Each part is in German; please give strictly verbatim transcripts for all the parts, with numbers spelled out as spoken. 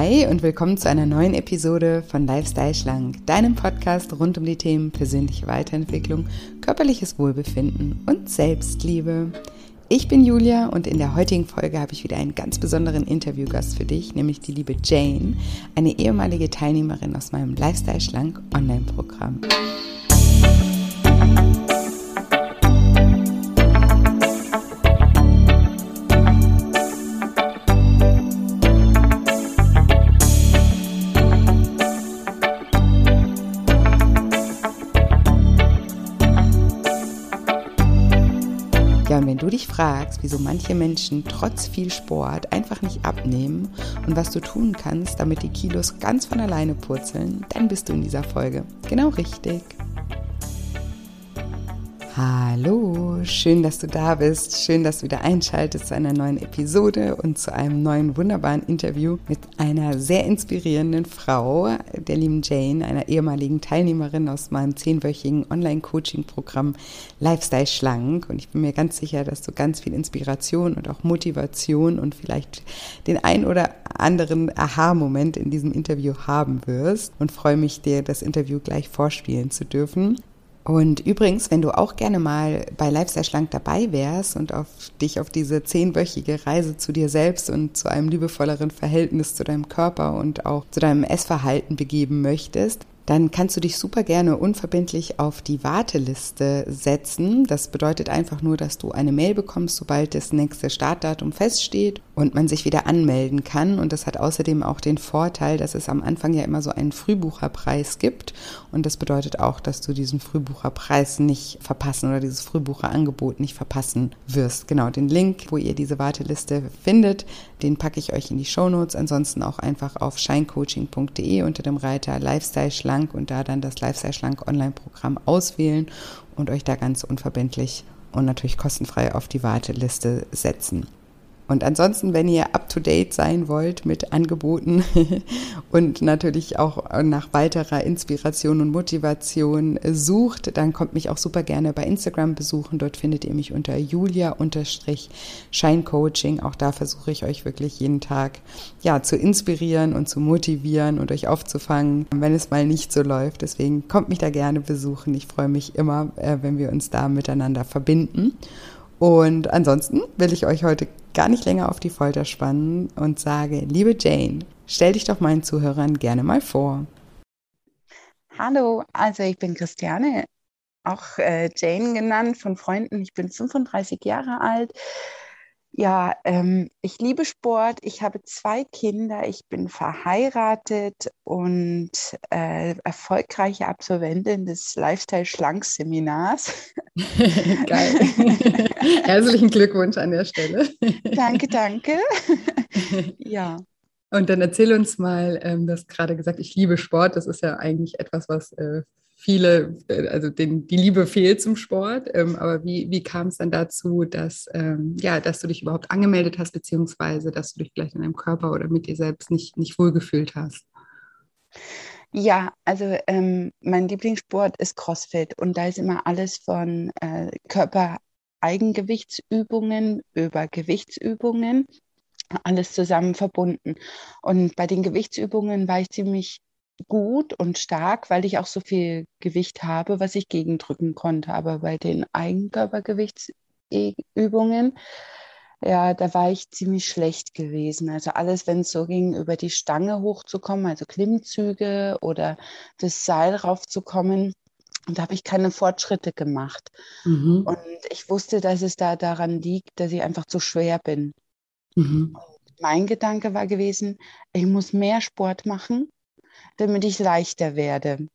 Hi und willkommen zu einer neuen Episode von Lifestyle Schlank, deinem Podcast rund um die Themen persönliche Weiterentwicklung, körperliches Wohlbefinden und Selbstliebe. Ich bin Julia und in der heutigen Folge habe ich wieder einen ganz besonderen Interviewgast für dich, nämlich die liebe Jane, eine ehemalige Teilnehmerin aus meinem Lifestyle Schlank Online-Programm. Ja, und wenn du dich fragst, wieso manche Menschen trotz viel Sport einfach nicht abnehmen und was du tun kannst, damit die Kilos ganz von alleine purzeln, dann bist du in dieser Folge genau richtig. Hallo, schön, dass du da bist, schön, dass du wieder einschaltest zu einer neuen Episode und zu einem neuen wunderbaren Interview mit einer sehr inspirierenden Frau, der lieben Jane, einer ehemaligen Teilnehmerin aus meinem zehnwöchigen Online-Coaching-Programm Lifestyle Schlank, und ich bin mir ganz sicher, dass du ganz viel Inspiration und auch Motivation und vielleicht den ein oder anderen Aha-Moment in diesem Interview haben wirst, und freue mich, dir das Interview gleich vorspielen zu dürfen. Und übrigens, wenn du auch gerne mal bei Lifestyle Schlank dabei wärst und auf dich auf diese zehnwöchige Reise zu dir selbst und zu einem liebevolleren Verhältnis zu deinem Körper und auch zu deinem Essverhalten begeben möchtest, dann kannst du dich super gerne unverbindlich auf die Warteliste setzen. Das bedeutet einfach nur, dass du eine Mail bekommst, sobald das nächste Startdatum feststeht und man sich wieder anmelden kann. Und das hat außerdem auch den Vorteil, dass es am Anfang ja immer so einen Frühbucherpreis gibt. Und das bedeutet auch, dass du diesen Frühbucherpreis nicht verpassen oder dieses Frühbucherangebot nicht verpassen wirst. Genau, den Link, wo ihr diese Warteliste findet, den packe ich euch in die Shownotes. Ansonsten auch einfach auf shinecoaching punkt de unter dem Reiter Lifestyle Schlank und da dann das Lifestyle Schlank Online-Programm auswählen und euch da ganz unverbindlich und natürlich kostenfrei auf die Warteliste setzen. Und ansonsten, wenn ihr up-to-date sein wollt mit Angeboten und natürlich auch nach weiterer Inspiration und Motivation sucht, dann kommt mich auch super gerne bei Instagram besuchen. Dort findet ihr mich unter Julia-Shinecoaching. Auch da versuche ich euch wirklich jeden Tag ja, zu inspirieren und zu motivieren und euch aufzufangen, wenn es mal nicht so läuft. Deswegen kommt mich da gerne besuchen. Ich freue mich immer, wenn wir uns da miteinander verbinden. Und ansonsten will ich euch heute gar nicht länger auf die Folter spannen und sage, liebe Jane, stell dich doch meinen Zuhörern gerne mal vor. Hallo, also ich bin Christiane, auch äh, Jane genannt von Freunden. Ich bin fünfunddreißig Jahre alt. Ja, ähm, ich liebe Sport. Ich habe zwei Kinder. Ich bin verheiratet und äh, erfolgreiche Absolventin des Lifestyle Schlank Seminars. Geil. Herzlichen Glückwunsch an der Stelle. Danke, danke. Ja. Und dann erzähl uns mal, ähm, du hast gerade gesagt, ich liebe Sport. Das ist ja eigentlich etwas, was äh, viele, äh, also den, die Liebe fehlt zum Sport. Ähm, aber wie, wie kam es dann dazu, dass, ähm, ja, dass du dich überhaupt angemeldet hast, beziehungsweise dass du dich vielleicht in deinem Körper oder mit dir selbst nicht, nicht wohlgefühlt hast? Ja, also ähm, mein Lieblingssport ist CrossFit und da ist immer alles von äh, Körpereigengewichtsübungen über Gewichtsübungen, alles zusammen verbunden. Und bei den Gewichtsübungen war ich ziemlich gut und stark, weil ich auch so viel Gewicht habe, was ich gegendrücken konnte. Aber bei den Eigenkörpergewichtsübungen, ja, da war ich ziemlich schlecht gewesen. Also alles, wenn es so ging, über die Stange hochzukommen, also Klimmzüge oder das Seil raufzukommen, und da habe ich keine Fortschritte gemacht. Mhm. Und ich wusste, dass es da daran liegt, dass ich einfach zu schwer bin. Mhm. Mein Gedanke war gewesen, ich muss mehr Sport machen, damit ich leichter werde.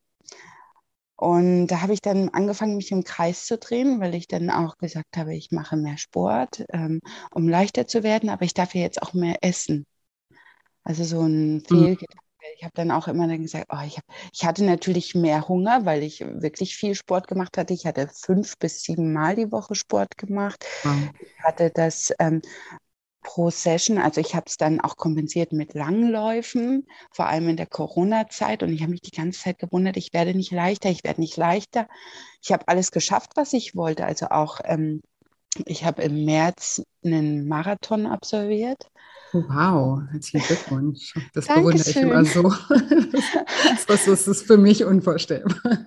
Und da habe ich dann angefangen, mich im Kreis zu drehen, weil ich dann auch gesagt habe, ich mache mehr Sport, ähm, um leichter zu werden, aber ich darf ja jetzt auch mehr essen. Also so ein Mhm. Fehlgedanke. Ich habe dann auch immer dann gesagt, oh, ich, hab, ich hatte natürlich mehr Hunger, weil ich wirklich viel Sport gemacht hatte. Ich hatte fünf bis sieben Mal die Woche Sport gemacht. Wow. Ich hatte das ähm, pro Session. Also ich habe es dann auch kompensiert mit Langläufen, vor allem in der Corona-Zeit. Und ich habe mich die ganze Zeit gewundert, ich werde nicht leichter, ich werde nicht leichter. Ich habe alles geschafft, was ich wollte. Also auch, ähm, ich habe im März einen Marathon absolviert. Oh, wow, herzlichen Glückwunsch. Das bewundere ich immer Dankeschön. so. Das, das ist für mich unvorstellbar.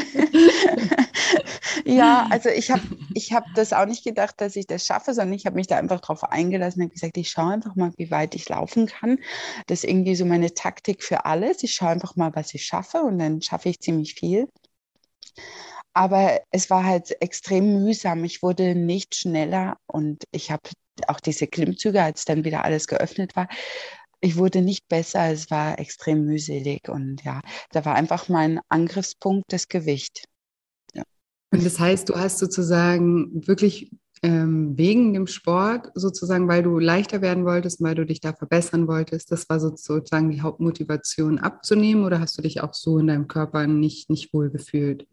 Ja, also ich habe ich hab das auch nicht gedacht, dass ich das schaffe, sondern ich habe mich da einfach drauf eingelassen und habe gesagt, ich schaue einfach mal, wie weit ich laufen kann. Das ist irgendwie so meine Taktik für alles. Ich schaue einfach mal, was ich schaffe und dann schaffe ich ziemlich viel. Aber es war halt extrem mühsam. Ich wurde nicht schneller und ich habe auch diese Klimmzüge, als dann wieder alles geöffnet war, ich wurde nicht besser. Es war extrem mühselig und ja, da war einfach mein Angriffspunkt das Gewicht. Ja. Und das heißt, du hast sozusagen wirklich ähm, wegen dem Sport, sozusagen, weil du leichter werden wolltest, weil du dich da verbessern wolltest, das war sozusagen die Hauptmotivation abzunehmen oder hast du dich auch so in deinem Körper nicht, nicht wohl gefühlt?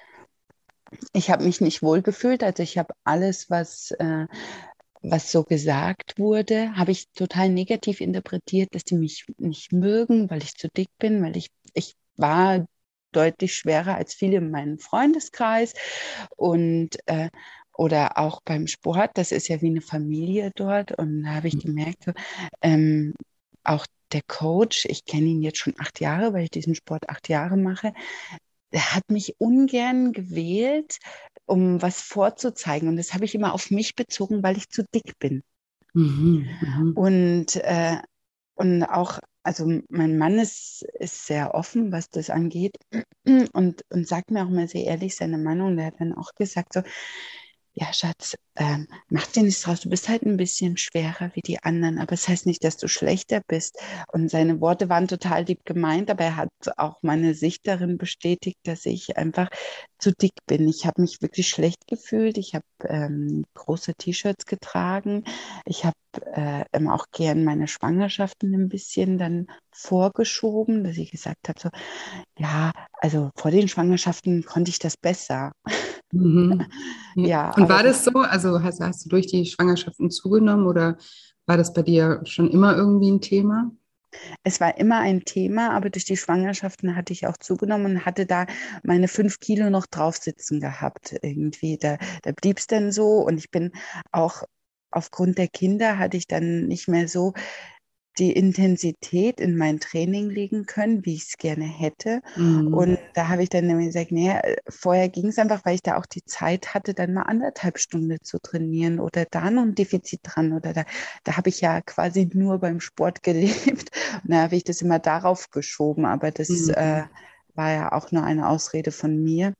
Ich habe mich nicht wohl gefühlt, also ich habe alles, was, äh, was so gesagt wurde, habe ich total negativ interpretiert, dass die mich nicht mögen, weil ich zu dick bin, weil ich, ich war deutlich schwerer als viele in meinem Freundeskreis und äh, oder auch beim Sport, das ist ja wie eine Familie dort und da habe ich gemerkt, so, ähm, auch der Coach, ich kenne ihn jetzt schon acht Jahre, weil ich diesen Sport acht Jahre mache, er hat mich ungern gewählt, um was vorzuzeigen. Und das habe ich immer auf mich bezogen, weil ich zu dick bin. Mhm, mhm. Und, äh, und auch, also mein Mann ist, ist sehr offen, was das angeht und, und sagt mir auch mal sehr ehrlich seine Meinung. Der hat dann auch gesagt, so, ja, Schatz, ähm, mach dir nichts draus. Du bist halt ein bisschen schwerer wie die anderen, aber es das heißt nicht, dass du schlechter bist. Und seine Worte waren total lieb gemeint, aber er hat auch meine Sicht darin bestätigt, dass ich einfach zu dick bin. Ich habe mich wirklich schlecht gefühlt. Ich habe ähm, große T-Shirts getragen. Ich habe äh, immer auch gern meine Schwangerschaften ein bisschen dann vorgeschoben, dass ich gesagt habe, so, ja, also vor den Schwangerschaften konnte ich das besser. Mhm. Ja. Ja, Und aber war das das so? Also hast, hast du durch die Schwangerschaften zugenommen oder war das bei dir schon immer irgendwie ein Thema? Es war immer ein Thema, aber durch die Schwangerschaften hatte ich auch zugenommen und hatte da meine fünf Kilo noch drauf sitzen gehabt. Irgendwie, da, da blieb es dann so. Und ich bin auch aufgrund der Kinder hatte ich dann nicht mehr so die Intensität in mein Training legen können, wie ich es gerne hätte. Mhm. Und da habe ich dann nämlich gesagt, nee, vorher ging es einfach, weil ich da auch die Zeit hatte, dann mal anderthalb Stunden zu trainieren oder da noch ein Defizit dran oder da, da habe ich ja quasi nur beim Sport gelebt und da habe ich das immer darauf geschoben, aber das äh, Mhm. war ja auch nur eine Ausrede von mir,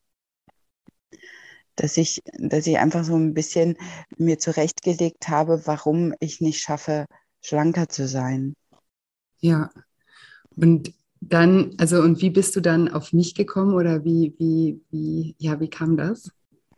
dass ich, dass ich einfach so ein bisschen mir zurechtgelegt habe, warum ich nicht schaffe, schlanker zu sein. Ja. Und dann, also und wie bist du dann auf mich gekommen oder wie, wie, wie, ja, wie kam das?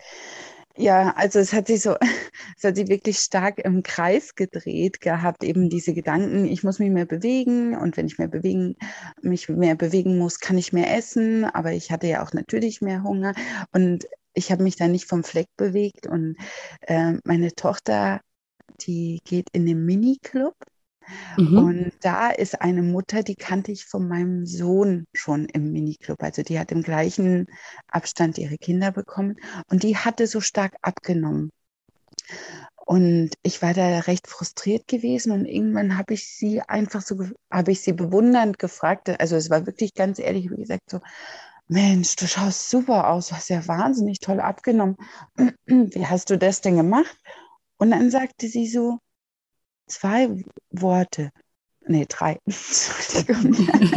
Ja, also es hat sich so, es hat sich wirklich stark im Kreis gedreht gehabt, eben diese Gedanken, ich muss mich mehr bewegen und wenn ich mehr bewegen, mich mehr bewegen muss, kann ich mehr essen, aber ich hatte ja auch natürlich mehr Hunger und ich habe mich da nicht vom Fleck bewegt und äh, meine Tochter, die geht in den Miniclub Mhm. und da ist eine Mutter, die kannte ich von meinem Sohn schon im Miniclub. Also die hat im gleichen Abstand ihre Kinder bekommen und die hatte so stark abgenommen. Und ich war da recht frustriert gewesen und irgendwann habe ich sie einfach so, habe ich sie bewundernd gefragt. Also es war wirklich ganz ehrlich, wie gesagt, so, Mensch, du schaust super aus, du hast ja wahnsinnig toll abgenommen. Wie hast du das denn gemacht? Und dann sagte sie so zwei Worte. Nee, drei. Entschuldigung.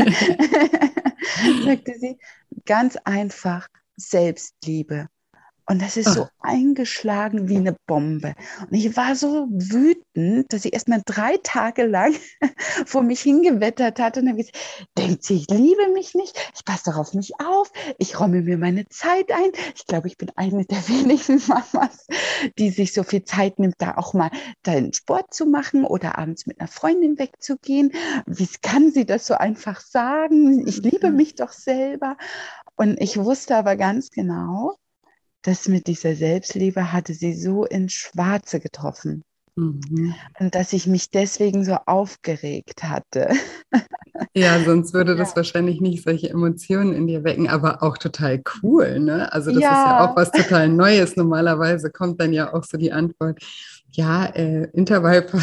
Sagte sie, ganz einfach Selbstliebe. Und das ist so Ah, eingeschlagen wie eine Bombe. Und ich war so wütend, dass ich erst mal drei Tage lang vor mich hingewettert hatte und habe gesagt, denkt sie, ich liebe mich nicht, ich passe doch auf mich auf, ich räume mir meine Zeit ein. Ich glaube, ich bin eine der wenigen Mamas, die sich so viel Zeit nimmt, da auch mal den Sport zu machen oder abends mit einer Freundin wegzugehen. Wie kann sie das so einfach sagen? Ich liebe mich doch selber. Und ich wusste aber ganz genau, das mit dieser Selbstliebe hatte sie so ins Schwarze getroffen mhm. und dass ich mich deswegen so aufgeregt hatte. Ja, sonst würde das Ja. wahrscheinlich nicht solche Emotionen in dir wecken, aber auch total cool, ne? Also das ist ja auch Ja, was total Neues. Normalerweise kommt dann ja auch so die Antwort, ja, äh, Intervallpass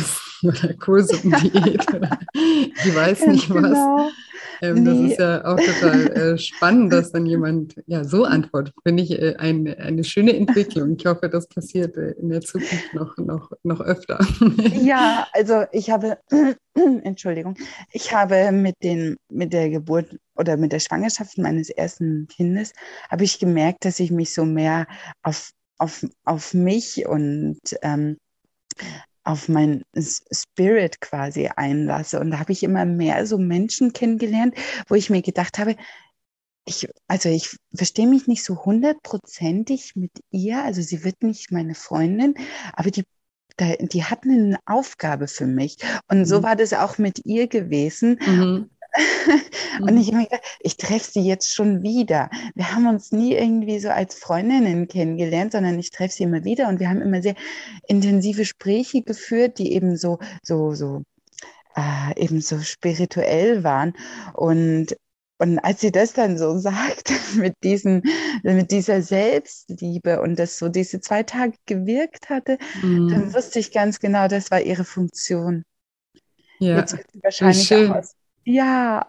oder Kohlsuppendiät oder ich weiß Ganz nicht was. genau. Ähm, das ist Nee. ja auch total äh, spannend, dass dann jemand ja so antwortet. Finde ich äh, eine, eine schöne Entwicklung. Ich hoffe, das passiert äh, in der Zukunft noch, noch, noch öfter. Ja, also ich habe, Entschuldigung, ich habe mit den, mit der Geburt oder mit der Schwangerschaft meines ersten Kindes, habe ich gemerkt, dass ich mich so mehr auf, auf, auf mich und ähm, auf mein Spirit quasi einlasse. Und da habe ich immer mehr so Menschen kennengelernt, wo ich mir gedacht habe, ich, also ich verstehe mich nicht so hundertprozentig mit ihr, also sie wird nicht meine Freundin, aber die, da- die hat eine Aufgabe für mich. Und so Mhm. war das auch mit ihr gewesen. Mhm. Und Mhm. ich habe mir gedacht, ich treffe sie jetzt schon wieder. Wir haben uns nie irgendwie so als Freundinnen kennengelernt, sondern ich treffe sie immer wieder und wir haben immer sehr intensive Gespräche geführt, die eben so, so, so äh, eben so spirituell waren. Und, und als sie das dann so sagt, mit, diesen, mit dieser Selbstliebe und das so diese zwei Tage gewirkt hatte, dann Mhm. wusste ich ganz genau, das war ihre Funktion. Jetzt Ja, wird sie wie wahrscheinlich auch schön. aus. Ja,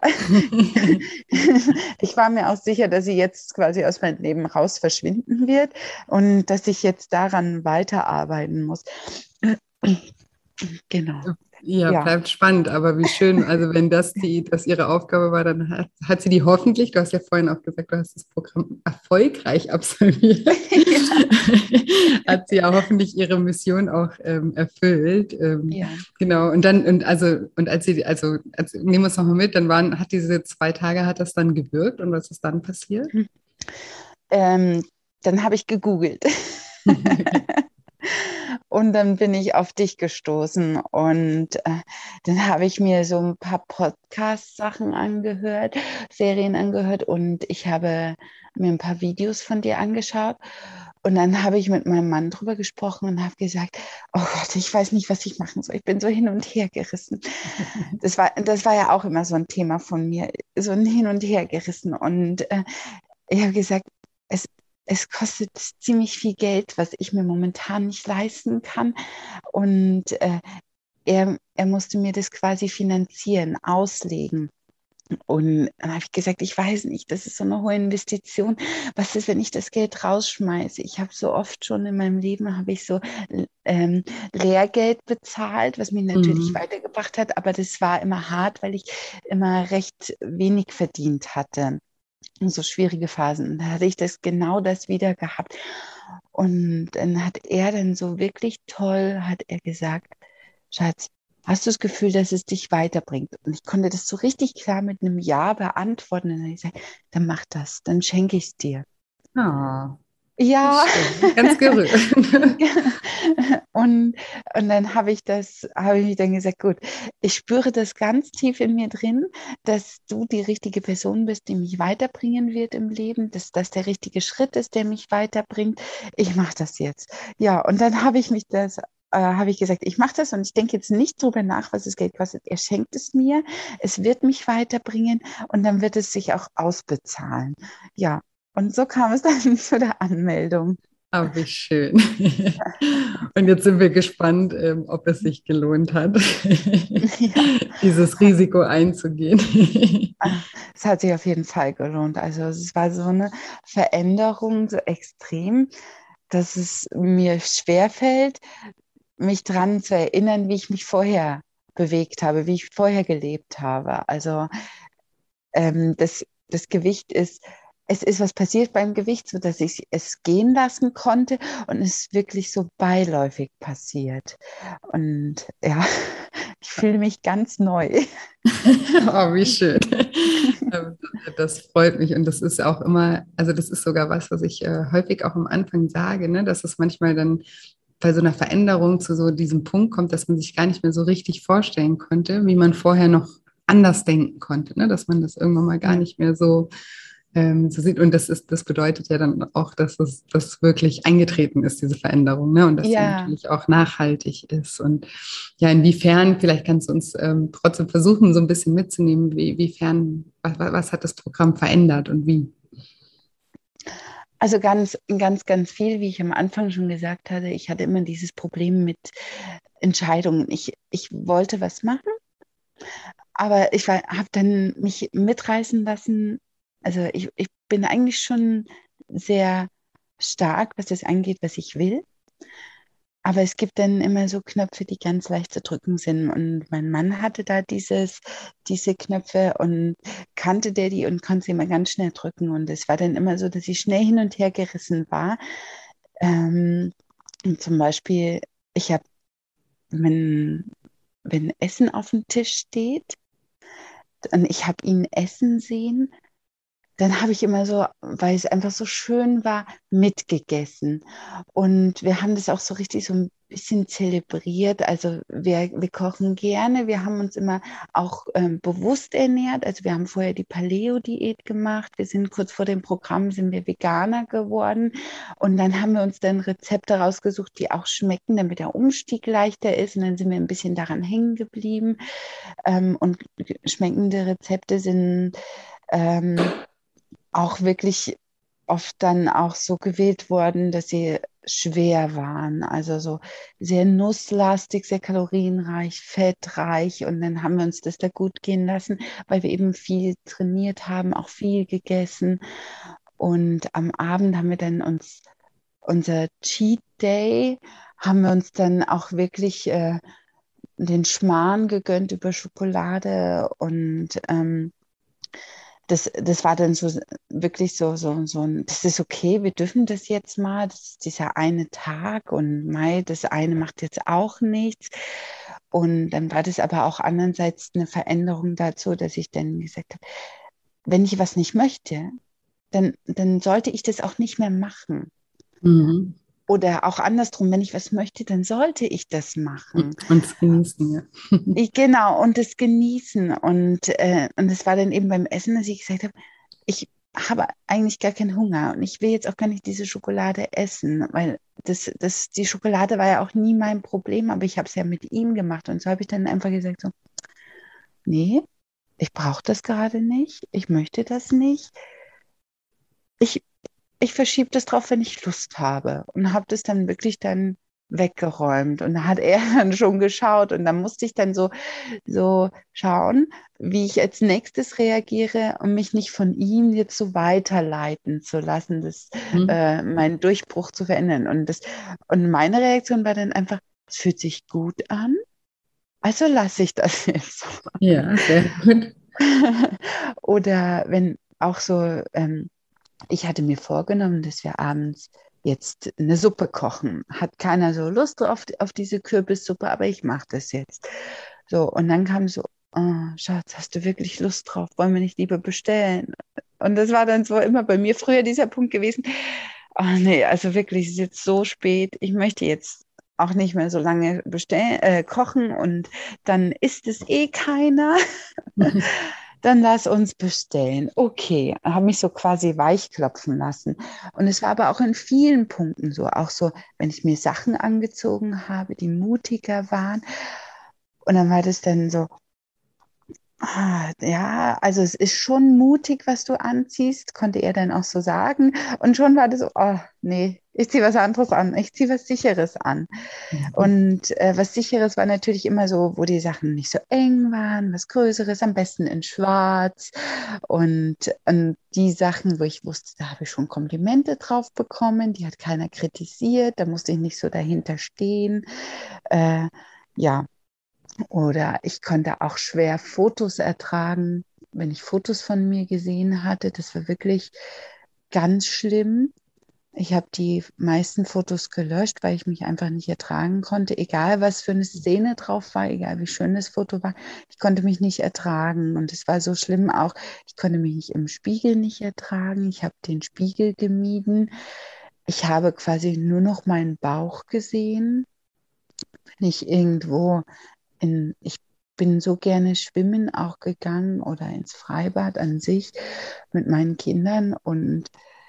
ich war mir auch sicher, dass sie jetzt quasi aus meinem Leben raus verschwinden wird und dass ich jetzt daran weiterarbeiten muss. Genau, Ja, ja. bleibt spannend, aber wie schön. Also wenn das die, das ihre Aufgabe war, dann hat, hat sie die hoffentlich, du hast ja vorhin auch gesagt, du hast das Programm erfolgreich absolviert, Ja, hat sie ja hoffentlich ihre Mission auch ähm, erfüllt. Ähm, ja. genau. Und dann, und also, und als sie, also, als, nehmen wir es nochmal mit, dann waren, hat diese zwei Tage, hat das dann gewirkt und was ist dann passiert? Ähm, dann habe ich gegoogelt. Und dann bin ich auf dich gestoßen und äh, dann habe ich mir so ein paar Podcast-Sachen angehört, Serien angehört und ich habe mir ein paar Videos von dir angeschaut und dann habe ich mit meinem Mann drüber gesprochen und habe gesagt, oh Gott, ich weiß nicht, was ich machen soll. Ich bin so hin und her gerissen. Das war, das war ja auch immer so ein Thema von mir, so ein Hin und Her gerissen und äh, ich habe gesagt, es, es kostet ziemlich viel Geld, was ich mir momentan nicht leisten kann. Und äh, er, er musste mir das quasi finanzieren, auslegen. Und dann habe ich gesagt, ich weiß nicht, das ist so eine hohe Investition. Was ist, wenn ich das Geld rausschmeiße? Ich habe so oft schon in meinem Leben, habe ich so ähm, Lehrgeld bezahlt, was mich natürlich Mhm. weitergebracht hat, aber das war immer hart, weil ich immer recht wenig verdient hatte so schwierige Phasen. Und da hatte ich das genau das wieder gehabt. Und dann hat er dann so wirklich toll, hat er gesagt, Schatz, hast du das Gefühl, dass es dich weiterbringt? Und ich konnte das so richtig klar mit einem Ja beantworten. Und dann habe ich gesagt, dann mach das, dann schenke ich es dir. Ah, wie Ja, schön, ganz gerührt. und, und dann habe ich das, habe ich dann gesagt, gut, ich spüre das ganz tief in mir drin, dass du die richtige Person bist, die mich weiterbringen wird im Leben, dass das der richtige Schritt ist, der mich weiterbringt. Ich mache das jetzt. Ja, und dann habe ich mich das, äh, habe ich gesagt, ich mache das und ich denke jetzt nicht drüber nach, was das Geld kostet. Er schenkt es mir, es wird mich weiterbringen und dann wird es sich auch ausbezahlen. Ja, und so kam es dann zu der Anmeldung. Ah, wie schön. Und jetzt sind wir gespannt, ähm, ob es sich gelohnt hat, Ja. dieses Risiko einzugehen. Ah, es hat sich auf jeden Fall gelohnt. Also es war so eine Veränderung, so extrem, dass es mir schwerfällt, mich daran zu erinnern, wie ich mich vorher bewegt habe, wie ich vorher gelebt habe. Also ähm, das, das Gewicht ist, es ist was passiert beim Gewicht, sodass ich es gehen lassen konnte und es ist wirklich so beiläufig passiert. Und ja, ich fühle mich ganz neu. Oh, wie schön. Ähm, Das freut mich und das ist auch immer, also das ist sogar was, was ich äh, häufig auch am Anfang sage, ne, dass es manchmal dann bei so einer Veränderung zu so diesem Punkt kommt, dass man sich gar nicht mehr so richtig vorstellen konnte, wie man vorher noch anders denken konnte, ne, dass man das irgendwann mal gar Ja. nicht mehr so ähm, so sieht. Und das ist, das bedeutet ja dann auch, dass es das wirklich eingetreten ist, diese Veränderung, ne? Und dass sie Ja, natürlich auch nachhaltig ist. Und ja, inwiefern, vielleicht kannst du uns ähm, trotzdem versuchen, so ein bisschen mitzunehmen, wie, wiefern, was, was hat das Programm verändert und wie? also ganz, ganz, ganz viel, wie ich am Anfang schon gesagt hatte. Ich hatte immer dieses Problem mit Entscheidungen. Ich, ich wollte was machen, aber ich habe dann mich mitreißen lassen. Also ich, ich bin eigentlich schon sehr stark, was das angeht, was ich will. Aber es gibt dann immer so Knöpfe, die ganz leicht zu drücken sind. Und mein Mann hatte da dieses, diese Knöpfe und kannte der die und konnte sie immer ganz schnell drücken. Und es war dann immer so, dass ich schnell hin und her gerissen war. Ähm, zum Beispiel, ich habe, wenn, wenn Essen auf dem Tisch steht und ich habe ihn essen sehen, dann habe ich immer so, weil es einfach so schön war, mitgegessen. Und wir haben das auch so richtig so ein bisschen zelebriert. Also wir, wir kochen gerne. Wir haben uns immer auch ähm, bewusst ernährt. Also wir haben vorher die Paleo-Diät gemacht. Wir sind kurz vor dem Programm, sind wir Veganer geworden. Und dann haben wir uns dann Rezepte rausgesucht, die auch schmecken, damit der Umstieg leichter ist. Und dann sind wir ein bisschen daran hängen geblieben. Ähm, und schmeckende Rezepte sind ähm, auch wirklich oft dann auch so gewählt worden, dass sie schwer waren. Also so sehr nusslastig, sehr kalorienreich, fettreich. Und dann haben wir uns das da gut gehen lassen, weil wir eben viel trainiert haben, auch viel gegessen. Und am Abend haben wir dann uns unser Cheat Day, haben wir uns dann auch wirklich äh, den Schmarrn gegönnt über Schokolade und ähm, das, das war dann so wirklich so, so, so ein, das ist okay, wir dürfen das jetzt mal, das ist dieser eine Tag und Mai, das eine macht jetzt auch nichts. Und dann war das aber auch andererseits eine Veränderung dazu, dass ich dann gesagt habe, wenn ich was nicht möchte, dann, dann sollte ich das auch nicht mehr machen. Mhm. Oder auch andersrum, wenn ich was möchte, dann sollte ich das machen. Und es genießen, ja. Ich, genau, und das genießen. Und, äh, und das war dann eben beim Essen, dass ich gesagt habe, ich habe eigentlich gar keinen Hunger und ich will jetzt auch gar nicht diese Schokolade essen, weil das, das, die Schokolade war ja auch nie mein Problem, aber ich habe es ja mit ihm gemacht. Und so habe ich dann einfach gesagt, so, nee, ich brauche das gerade nicht, ich möchte das nicht. Ich, ich verschiebe das drauf, wenn ich Lust habe und habe das dann wirklich dann weggeräumt. Und da hat er dann schon geschaut und dann musste ich dann so, so schauen, wie ich als nächstes reagiere, um mich nicht von ihm jetzt so weiterleiten zu lassen, das, Mhm. äh, meinen Durchbruch zu verändern. Und, das, und meine Reaktion war dann einfach, es fühlt sich gut an, also lasse ich das jetzt so. Ja, sehr gut. Oder wenn auch so, ähm, ich hatte mir vorgenommen, dass wir abends jetzt eine Suppe kochen. Hat keiner so Lust auf, auf diese Kürbissuppe, aber ich mache das jetzt. So, und dann kam so, oh, Schatz, hast du wirklich Lust drauf? Wollen wir nicht lieber bestellen? Und das war dann so immer bei mir früher dieser Punkt gewesen. Oh nee, also wirklich, es ist jetzt so spät. Ich möchte jetzt auch nicht mehr so lange bestellen, äh, kochen und dann isst es eh keiner. Dann lass uns bestellen. Okay, habe mich so quasi weichklopfen lassen. Und es war aber auch in vielen Punkten so, auch so, wenn ich mir Sachen angezogen habe, die mutiger waren. Und dann war das dann so, ah, ja, also es ist schon mutig, was du anziehst, konnte er dann auch so sagen. Und schon war das so, oh nee, ich ziehe was anderes an, ich ziehe was Sicheres an. Mhm. Und äh, was Sicheres war natürlich immer so, wo die Sachen nicht so eng waren, was Größeres, am besten in Schwarz. Und, und die Sachen, wo ich wusste, da habe ich schon Komplimente drauf bekommen, die hat keiner kritisiert, da musste ich nicht so dahinter stehen. Äh, ja, oder ich konnte auch schwer Fotos ertragen, wenn ich Fotos von mir gesehen hatte. Das war wirklich ganz schlimm. Ich habe die meisten Fotos gelöscht, weil ich mich einfach nicht ertragen konnte. Egal, was für eine Szene drauf war, egal wie schön das Foto war, ich konnte mich nicht ertragen. Und es war so schlimm auch, ich konnte mich nicht im Spiegel nicht ertragen. Ich habe den Spiegel gemieden. Ich habe quasi nur noch meinen Bauch gesehen. Wenn ich irgendwo in, ich bin so gerne schwimmen auch gegangen oder ins Freibad an sich mit meinen Kindern und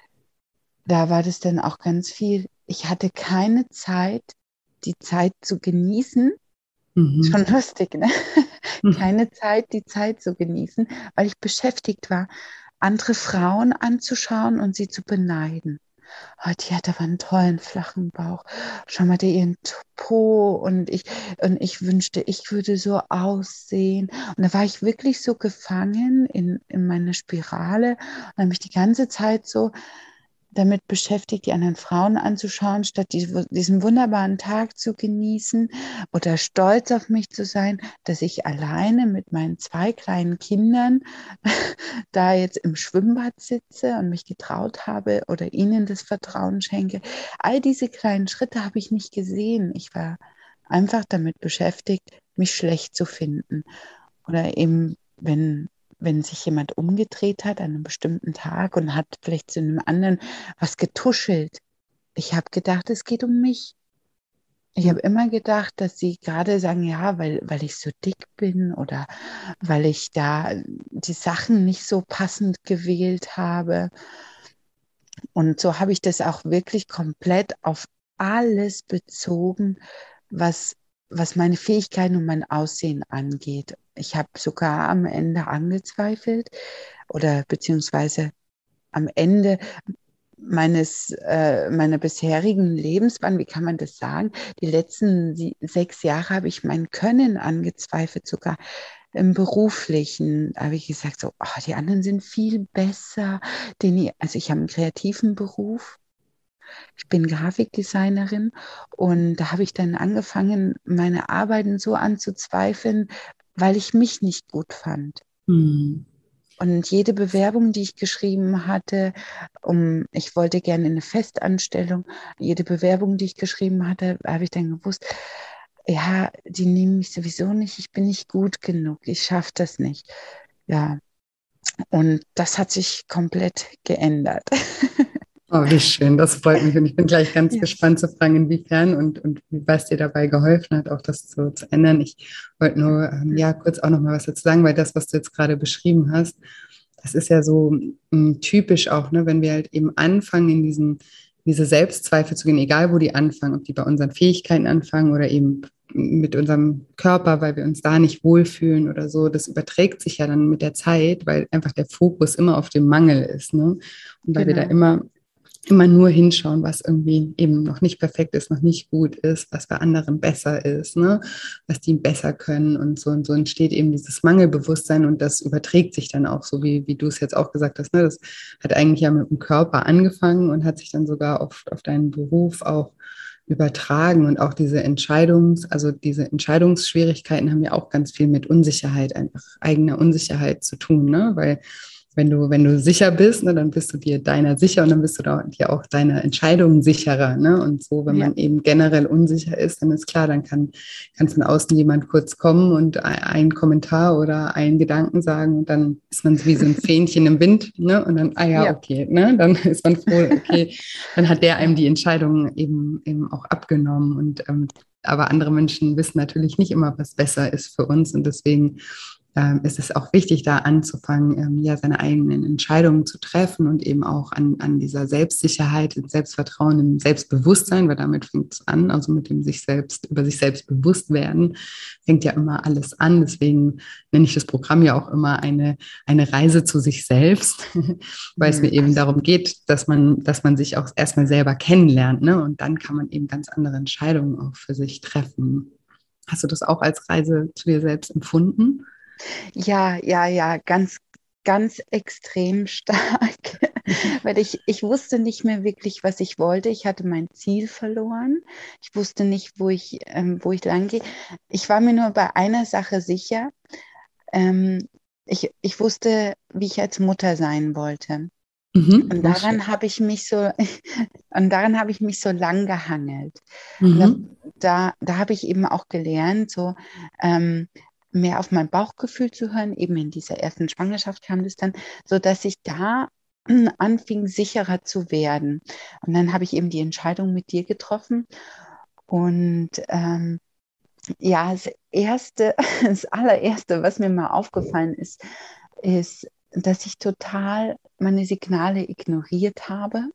da war das dann auch ganz viel. Ich hatte keine Zeit, die Zeit zu genießen. Mhm. Schon lustig, ne? Mhm. Keine Zeit, die Zeit zu genießen, weil ich beschäftigt war, andere Frauen anzuschauen und sie zu beneiden. oh, die hat aber einen tollen flachen Bauch. Schau mal, der ihren Po und ich, und ich wünschte, ich würde so aussehen. Und da war ich wirklich so gefangen in, in meiner Spirale und habe mich die ganze Zeit so damit beschäftigt, die anderen Frauen anzuschauen, statt die, diesen wunderbaren Tag zu genießen oder stolz auf mich zu sein, dass ich alleine mit meinen zwei kleinen Kindern da jetzt im Schwimmbad sitze und mich getraut habe oder ihnen das Vertrauen schenke. All diese kleinen Schritte habe ich nicht gesehen. Ich war einfach damit beschäftigt, mich schlecht zu finden. Oder eben, wenn wenn sich jemand umgedreht hat an einem bestimmten Tag und hat vielleicht zu einem anderen was getuschelt. Ich habe gedacht, es geht um mich. Ich habe immer gedacht, dass sie gerade sagen, ja, weil, weil ich so dick bin oder weil ich da die Sachen nicht so passend gewählt habe. Und so habe ich das auch wirklich komplett auf alles bezogen, was, was meine Fähigkeiten und mein Aussehen angeht. Ich habe sogar am Ende angezweifelt oder beziehungsweise am Ende meines, äh, meiner bisherigen Lebensbahn, wie kann man das sagen? Die letzten sie, sechs Jahre habe ich mein Können angezweifelt, sogar im Beruflichen. Da habe ich gesagt, so, oh, die anderen sind viel besser. Den, also ich habe einen kreativen Beruf. Ich bin Grafikdesignerin und da habe ich dann angefangen, meine Arbeiten so anzuzweifeln, weil ich mich nicht gut fand. Hm. Und jede Bewerbung, die ich geschrieben hatte, um, ich wollte gerne eine Festanstellung, jede Bewerbung, die ich geschrieben hatte, habe ich dann gewusst, ja, die nehmen mich sowieso nicht, ich bin nicht gut genug, ich schaffe das nicht. Ja, und das hat sich komplett geändert. Oh, wie schön, das freut mich. Und ich bin gleich ganz Ja. gespannt zu fragen, inwiefern und, und was dir dabei geholfen hat, auch das zu, zu ändern. Ich wollte nur ähm, ja kurz auch noch mal was dazu sagen, weil das, was du jetzt gerade beschrieben hast, das ist ja so ähm, typisch auch, ne, wenn wir halt eben anfangen, in diesen, diese Selbstzweifel zu gehen, egal wo die anfangen, ob die bei unseren Fähigkeiten anfangen oder eben mit unserem Körper, weil wir uns da nicht wohlfühlen oder so. Das überträgt sich ja dann mit der Zeit, weil einfach der Fokus immer auf dem Mangel ist, ne? Und weil wir da Genau. immer immer nur hinschauen, was irgendwie eben noch nicht perfekt ist, noch nicht gut ist, was bei anderen besser ist, ne? Was die besser können und so und so entsteht eben dieses Mangelbewusstsein und das überträgt sich dann auch so, wie, wie du es jetzt auch gesagt hast, ne? Das hat eigentlich ja mit dem Körper angefangen und hat sich dann sogar auf, auf deinen Beruf auch übertragen und auch diese Entscheidungs, also diese Entscheidungsschwierigkeiten haben ja auch ganz viel mit Unsicherheit, einfach eigener Unsicherheit zu tun, ne? Weil wenn du, wenn du sicher bist, ne, dann bist du dir deiner sicher und dann bist du da, dir auch deiner Entscheidungen sicherer. Ne? Und so, wenn Ja, man eben generell unsicher ist, dann ist klar, dann kann, kann von außen jemand kurz kommen und einen Kommentar oder einen Gedanken sagen und dann ist man wie so ein Fähnchen im Wind, ne? Und dann, ah ja, ja, okay, ne? Dann ist man froh, okay, dann hat der einem die Entscheidung eben, eben auch abgenommen. Und ähm, aber andere Menschen wissen natürlich nicht immer, was besser ist für uns und deswegen ähm, ist es auch wichtig, da anzufangen, ähm, ja, seine eigenen Entscheidungen zu treffen und eben auch an, an dieser Selbstsicherheit, Selbstvertrauen, im Selbstbewusstsein, weil damit fängt es an, also mit dem sich selbst, über sich selbst bewusst werden, fängt ja immer alles an. Deswegen nenne ich das Programm ja auch immer eine, eine Reise zu sich selbst, weil es mir hm, eben also, darum geht, dass man, dass man sich auch erstmal selber kennenlernt, ne? Und dann kann man eben ganz andere Entscheidungen auch für sich treffen. Hast du das auch als Reise zu dir selbst empfunden? ja, ja, ja, ganz, ganz extrem stark, weil ich, ich wusste nicht mehr wirklich, was ich wollte. Ich hatte mein Ziel verloren. Ich wusste nicht, wo ich, ähm, wo ich lang gehe. Ich war mir nur bei einer Sache sicher. Ähm, ich, ich wusste, wie ich als Mutter sein wollte. Mhm. Und Oh, schön. daran habe ich mich so, und daran habe ich mich so lang gehangelt. Und da, Mhm. da, da habe ich eben auch gelernt, so ähm, mehr auf mein Bauchgefühl zu hören. Eben in dieser ersten Schwangerschaft kam das dann, so dass ich da anfing, sicherer zu werden. Und dann habe ich eben die Entscheidung mit dir getroffen. Und ähm, ja, das erste, das allererste, was mir mal aufgefallen ist, ist, dass ich total meine Signale ignoriert habe.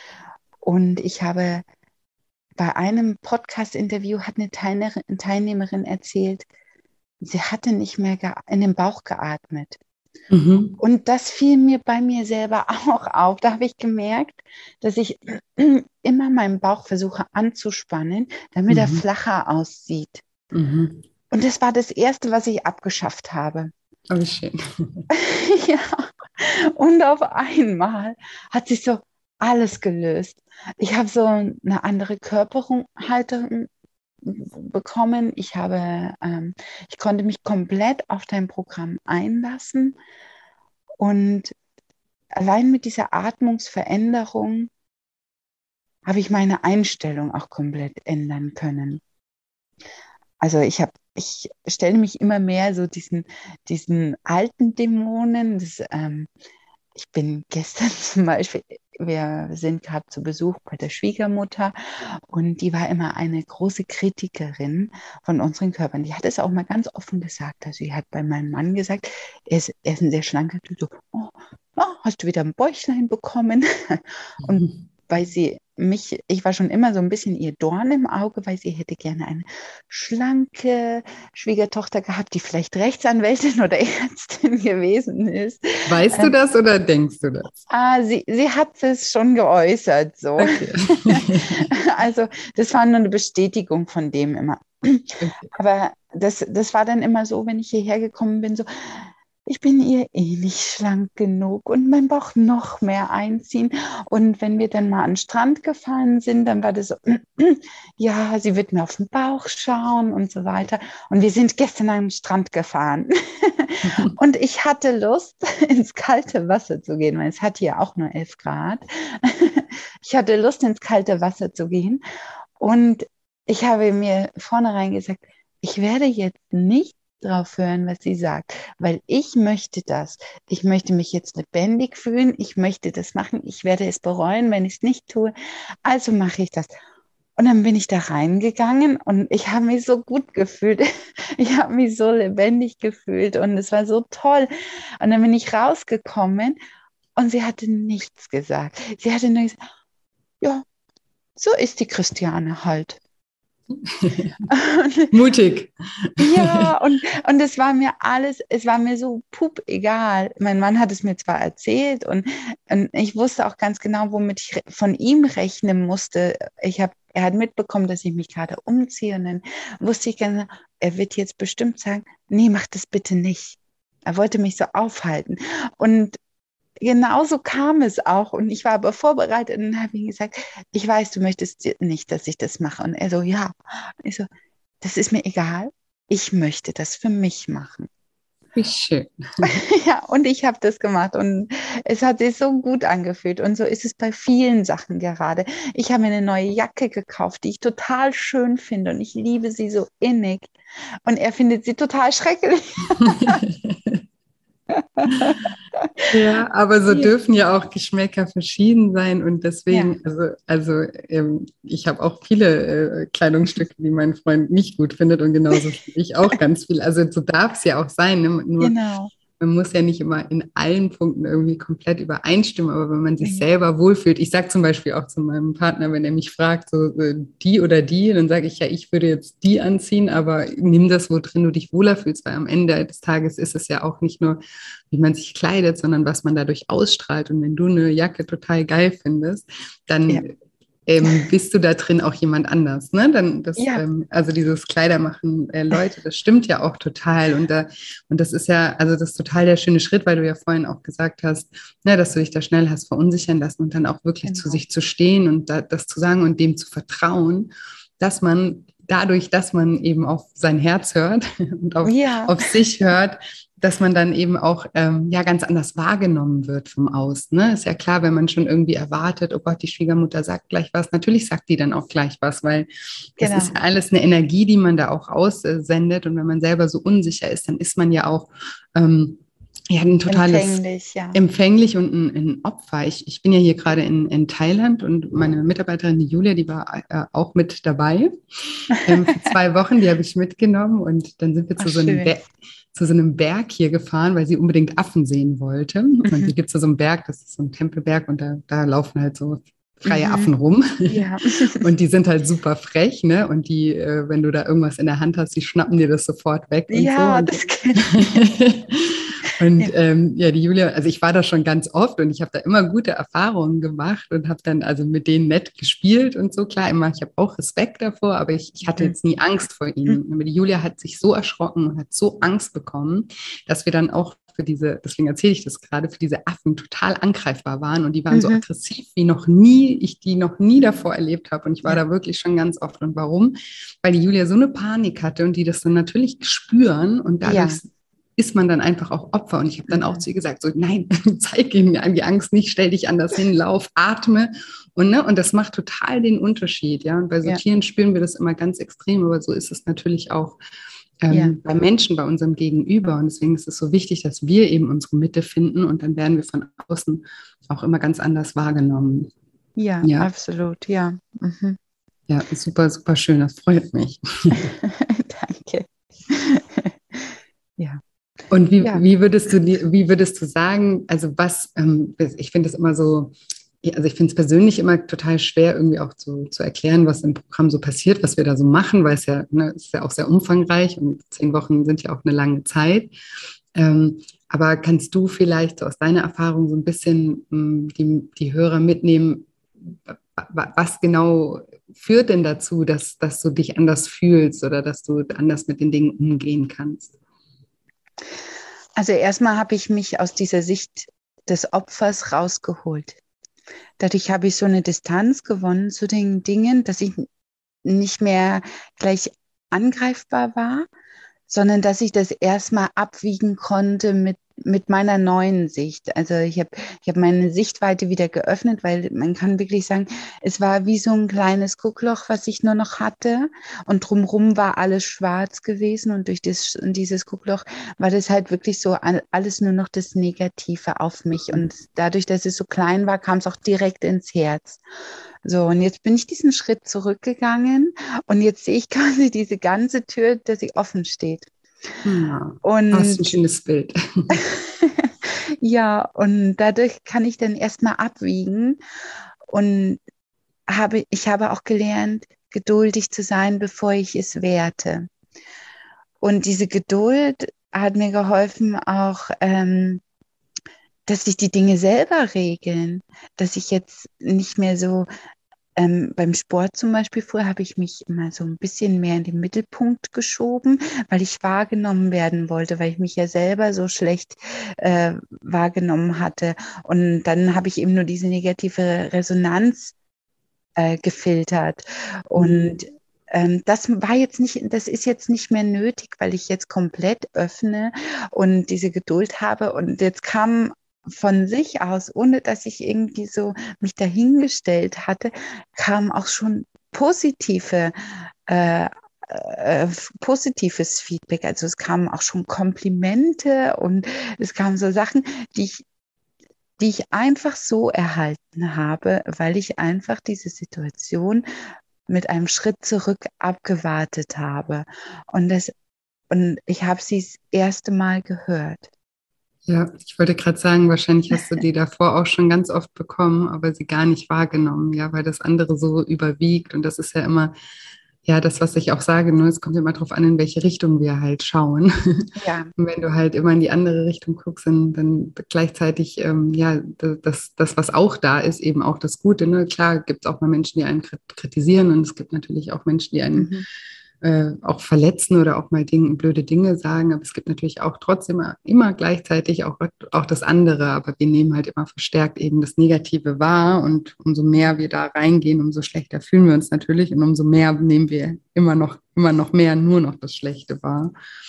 Und ich habe bei einem Podcast-Interview hat eine Teilnehmerin Teilnehmerin erzählt, sie hatte nicht mehr in den Bauch geatmet. Mhm. Und das fiel mir bei mir selber auch auf. Da habe ich gemerkt, dass ich immer meinen Bauch versuche anzuspannen, damit er Mhm. flacher aussieht. Mhm. Und das war das Erste, was ich abgeschafft habe. Oh, wie schön. Ja, und auf einmal hat sich so alles gelöst. Ich habe so eine andere Körperhaltung bekommen. Ich habe, ähm, ich konnte mich komplett auf dein Programm einlassen und allein mit dieser Atmungsveränderung habe ich meine Einstellung auch komplett ändern können. Also ich habe, ich stelle mich immer mehr so diesen, diesen alten Dämonen. Das, ähm, ich bin gestern zum Beispiel, wir sind gerade zu Besuch bei der Schwiegermutter und die war immer eine große Kritikerin von unseren Körpern. Die hat es auch mal ganz offen gesagt. Also sie hat bei meinem Mann gesagt, er ist, er ist ein sehr schlanker Typ, so, oh, oh, hast du wieder ein Bäuchlein bekommen? Und Mhm. weil sie mich, ich war schon immer so ein bisschen ihr Dorn im Auge, weil sie hätte gerne eine schlanke Schwiegertochter gehabt, die vielleicht Rechtsanwältin oder Ärztin gewesen ist. Weißt du Ähm, das oder denkst du das? ah, sie, sie hat es schon geäußert, so. Okay. Also, das war nur eine Bestätigung von dem immer. Okay. Aber das, das war dann immer so, wenn ich hierher gekommen bin, so, ich bin ihr eh nicht schlank genug und mein Bauch noch mehr einziehen. Und wenn wir dann mal an den Strand gefahren sind, dann war das so, ja, sie wird mir auf den Bauch schauen und so weiter. Und wir sind gestern am Strand gefahren. Und ich hatte Lust, ins kalte Wasser zu gehen, weil es hat hier auch nur elf Grad. Ich hatte Lust, ins kalte Wasser zu gehen. Und ich habe mir vornherein gesagt, ich werde jetzt nicht drauf hören, was sie sagt, weil ich möchte das. Ich möchte mich jetzt lebendig fühlen. Ich möchte das machen. Ich werde es bereuen, wenn ich es nicht tue. Also mache ich das. Und dann bin ich da reingegangen und ich habe mich so gut gefühlt. Ich habe mich so lebendig gefühlt und es war so toll. Und dann bin ich rausgekommen und sie hatte nichts gesagt. Sie hatte nur gesagt, ja, so ist die Christiane halt. Und, Mutig. ja, und, und es war mir alles, es war mir so pup egal. Mein Mann hat es mir zwar erzählt und, und ich wusste auch ganz genau, womit ich von ihm rechnen musste. Ich hab, er hat mitbekommen, dass ich mich gerade umziehe und dann wusste ich ganz genau, er wird jetzt bestimmt sagen, nee, mach das bitte nicht. Er wollte mich so aufhalten. Und genauso kam es auch. Und ich war aber vorbereitet und dann habe ich ihm gesagt, ich weiß, du möchtest nicht, dass ich das mache. Und er so, ja. Ich so, das ist mir egal. Ich möchte das für mich machen. Wie schön. Ja, und ich habe das gemacht und es hat sich so gut angefühlt. Und so ist es bei vielen Sachen gerade. Ich habe mir eine neue Jacke gekauft, die ich total schön finde und ich liebe sie so innig. Und er findet sie total schrecklich. Ja, aber so Ja, dürfen ja auch Geschmäcker verschieden sein und ja, deswegen, also, also ähm, ich habe auch viele äh, Kleidungsstücke, die mein Freund nicht gut findet und genauso finde ich auch ganz viel. Also so darf es ja auch sein, ne? Nur genau. man muss ja nicht immer in allen Punkten irgendwie komplett übereinstimmen, aber wenn man sich Ja, selber wohlfühlt, ich sage zum Beispiel auch zu meinem Partner, wenn er mich fragt, so äh, die oder die, dann sage ich ja, ich würde jetzt die anziehen, aber nimm das, wo drin du dich wohler fühlst, weil am Ende des Tages ist es ja auch nicht nur, wie man sich kleidet, sondern was man dadurch ausstrahlt. Und wenn du eine Jacke total geil findest, ja, dann ähm, bist du da drin auch jemand anders, ne? Dann das, ja, ähm, also dieses Kleidermachen, äh, Leute, das stimmt ja auch total. Und da, und das ist ja, also das ist total der schöne Schritt, weil du ja vorhin auch gesagt hast, ne, dass du dich da schnell hast verunsichern lassen und dann auch wirklich zu genau. sich zu stehen und da, das zu sagen und dem zu vertrauen, dass man dadurch, dass man eben auf sein Herz hört und auf, Ja, auf sich hört, dass man dann eben auch ähm, ja ganz anders wahrgenommen wird vom Außen. Ne? Ist ja klar, wenn man schon irgendwie erwartet, oh Gott, die Schwiegermutter sagt gleich was. Natürlich sagt die dann auch gleich was, weil das ist genau. ja alles eine Energie, die man da auch aussendet. Und wenn man selber so unsicher ist, dann ist man ja auch ähm, ja, ein totales Empfänglich, ja. empfänglich und ein, ein Opfer. Ich, ich bin ja hier gerade in, in Thailand und meine Mitarbeiterin, die Julia, die war äh, auch mit dabei ähm, für zwei Wochen. Die habe ich mitgenommen und dann sind wir Ach, zu so einem schön. Berg, zu so einem Berg hier gefahren, weil sie unbedingt Affen sehen wollte. Und Mhm. hier gibt es so einen Berg, das ist so ein Tempelberg und da, da laufen halt so freie Mhm. Affen rum. Ja. Und die sind halt super frech, ne? Und die, äh, wenn du da irgendwas in der Hand hast, die schnappen dir das sofort weg und so. Ja, Und, das kenne ich. Und ähm, ja, die Julia, also ich war da schon ganz oft und ich habe da immer gute Erfahrungen gemacht und habe dann also mit denen nett gespielt und so. Klar, immer, ich habe auch Respekt davor, aber ich, ich hatte Mhm. jetzt nie Angst vor Mhm. ihnen. Aber die Julia hat sich so erschrocken und hat so Angst bekommen, dass wir dann auch für diese, deswegen erzähle ich das gerade, für diese Affen total angreifbar waren und die waren so Mhm. aggressiv, wie noch nie, ich die noch nie davor erlebt habe. Und ich war Ja, da wirklich schon ganz oft. Und warum? Weil die Julia so eine Panik hatte und die das dann natürlich spüren und ja. dadurch ist man dann einfach auch Opfer. Und ich habe dann auch Mhm. zu ihr gesagt, so nein, zeig ihnen die Angst nicht, stell dich anders hin, lauf, atme. Und, ne, und das macht total den Unterschied. Ja? Und bei so Ja, Tieren spüren wir das immer ganz extrem, aber so ist es natürlich auch ja, ähm, bei Menschen, bei unserem Gegenüber. Und deswegen ist es so wichtig, dass wir eben unsere Mitte finden und dann werden wir von außen auch immer ganz anders wahrgenommen. ja, Ja, absolut, ja. Mhm. ja, super, super schön, das freut mich. Danke. Ja, Und wie, ja. wie würdest du, wie würdest du sagen, also was, ähm, ich finde es immer so, also ich finde es persönlich immer total schwer, irgendwie auch zu, zu erklären, was im Programm so passiert, was wir da so machen, weil es ja, ne, es ist ja auch sehr umfangreich und zehn Wochen sind ja auch eine lange Zeit. Ähm, aber kannst du vielleicht so aus deiner Erfahrung so ein bisschen ähm, die, die Hörer mitnehmen, was genau führt denn dazu, dass, dass du dich anders fühlst oder dass du anders mit den Dingen umgehen kannst? Also erstmal habe ich mich aus dieser Sicht des Opfers rausgeholt. Dadurch habe ich so eine Distanz gewonnen zu den Dingen, dass ich nicht mehr gleich angreifbar war, sondern dass ich das erstmal abwiegen konnte mit, mit meiner neuen Sicht. Also ich habe ich hab meine Sichtweite wieder geöffnet, weil man kann wirklich sagen, es war wie so ein kleines Guckloch, was ich nur noch hatte und drumherum war alles schwarz gewesen und durch das, dieses Guckloch war das halt wirklich so alles nur noch das Negative auf mich und dadurch, dass es so klein war, kam es auch direkt ins Herz. So, und jetzt bin ich diesen Schritt zurückgegangen und jetzt sehe ich quasi diese ganze Tür, dass sie offen steht. Ja, das ist Und ein schönes Bild. ja, und dadurch kann ich dann erstmal abwiegen und habe, ich habe auch gelernt, geduldig zu sein, bevor ich es werte. Und diese Geduld hat mir geholfen, auch ähm, dass sich die Dinge selber regeln, dass ich jetzt nicht mehr so Ähm, beim Sport zum Beispiel, früher habe ich mich immer so ein bisschen mehr in den Mittelpunkt geschoben, weil ich wahrgenommen werden wollte, weil ich mich ja selber so schlecht äh, wahrgenommen hatte. Und dann habe ich eben nur diese negative Resonanz äh, gefiltert. Und Mhm. ähm, das war jetzt nicht, das ist jetzt nicht mehr nötig, weil ich jetzt komplett öffne und diese Geduld habe. Und jetzt kam von sich aus, ohne dass ich irgendwie so mich dahingestellt hatte, kam auch schon positive äh, äh, positives Feedback. Also es kamen auch schon Komplimente und es kamen so Sachen, die ich die ich einfach so erhalten habe, weil ich einfach diese Situation mit einem Schritt zurück abgewartet habe. Und, das, und ich habe sie das erste Mal gehört. Ja, ich wollte gerade sagen, wahrscheinlich hast du die davor auch schon ganz oft bekommen, aber sie gar nicht wahrgenommen, ja, weil das andere so überwiegt. Und das ist ja immer, ja, das, was ich auch sage, nur es kommt immer darauf an, in welche Richtung wir halt schauen. Ja, Und wenn du halt immer in die andere Richtung guckst, dann, dann gleichzeitig, ähm, ja, das, das, was auch da ist, eben auch das Gute. Ne? Klar gibt es auch mal Menschen, die einen kritisieren und es gibt natürlich auch Menschen, die einen mhm. äh, auch verletzen oder auch mal Dinge, blöde Dinge sagen. Aber es gibt natürlich auch trotzdem immer, immer gleichzeitig auch, auch das andere. Aber wir nehmen halt immer verstärkt eben das Negative wahr. Und umso mehr wir da reingehen, umso schlechter fühlen wir uns natürlich. Und umso mehr nehmen wir immer noch, immer noch mehr nur noch das Schlechte wahr.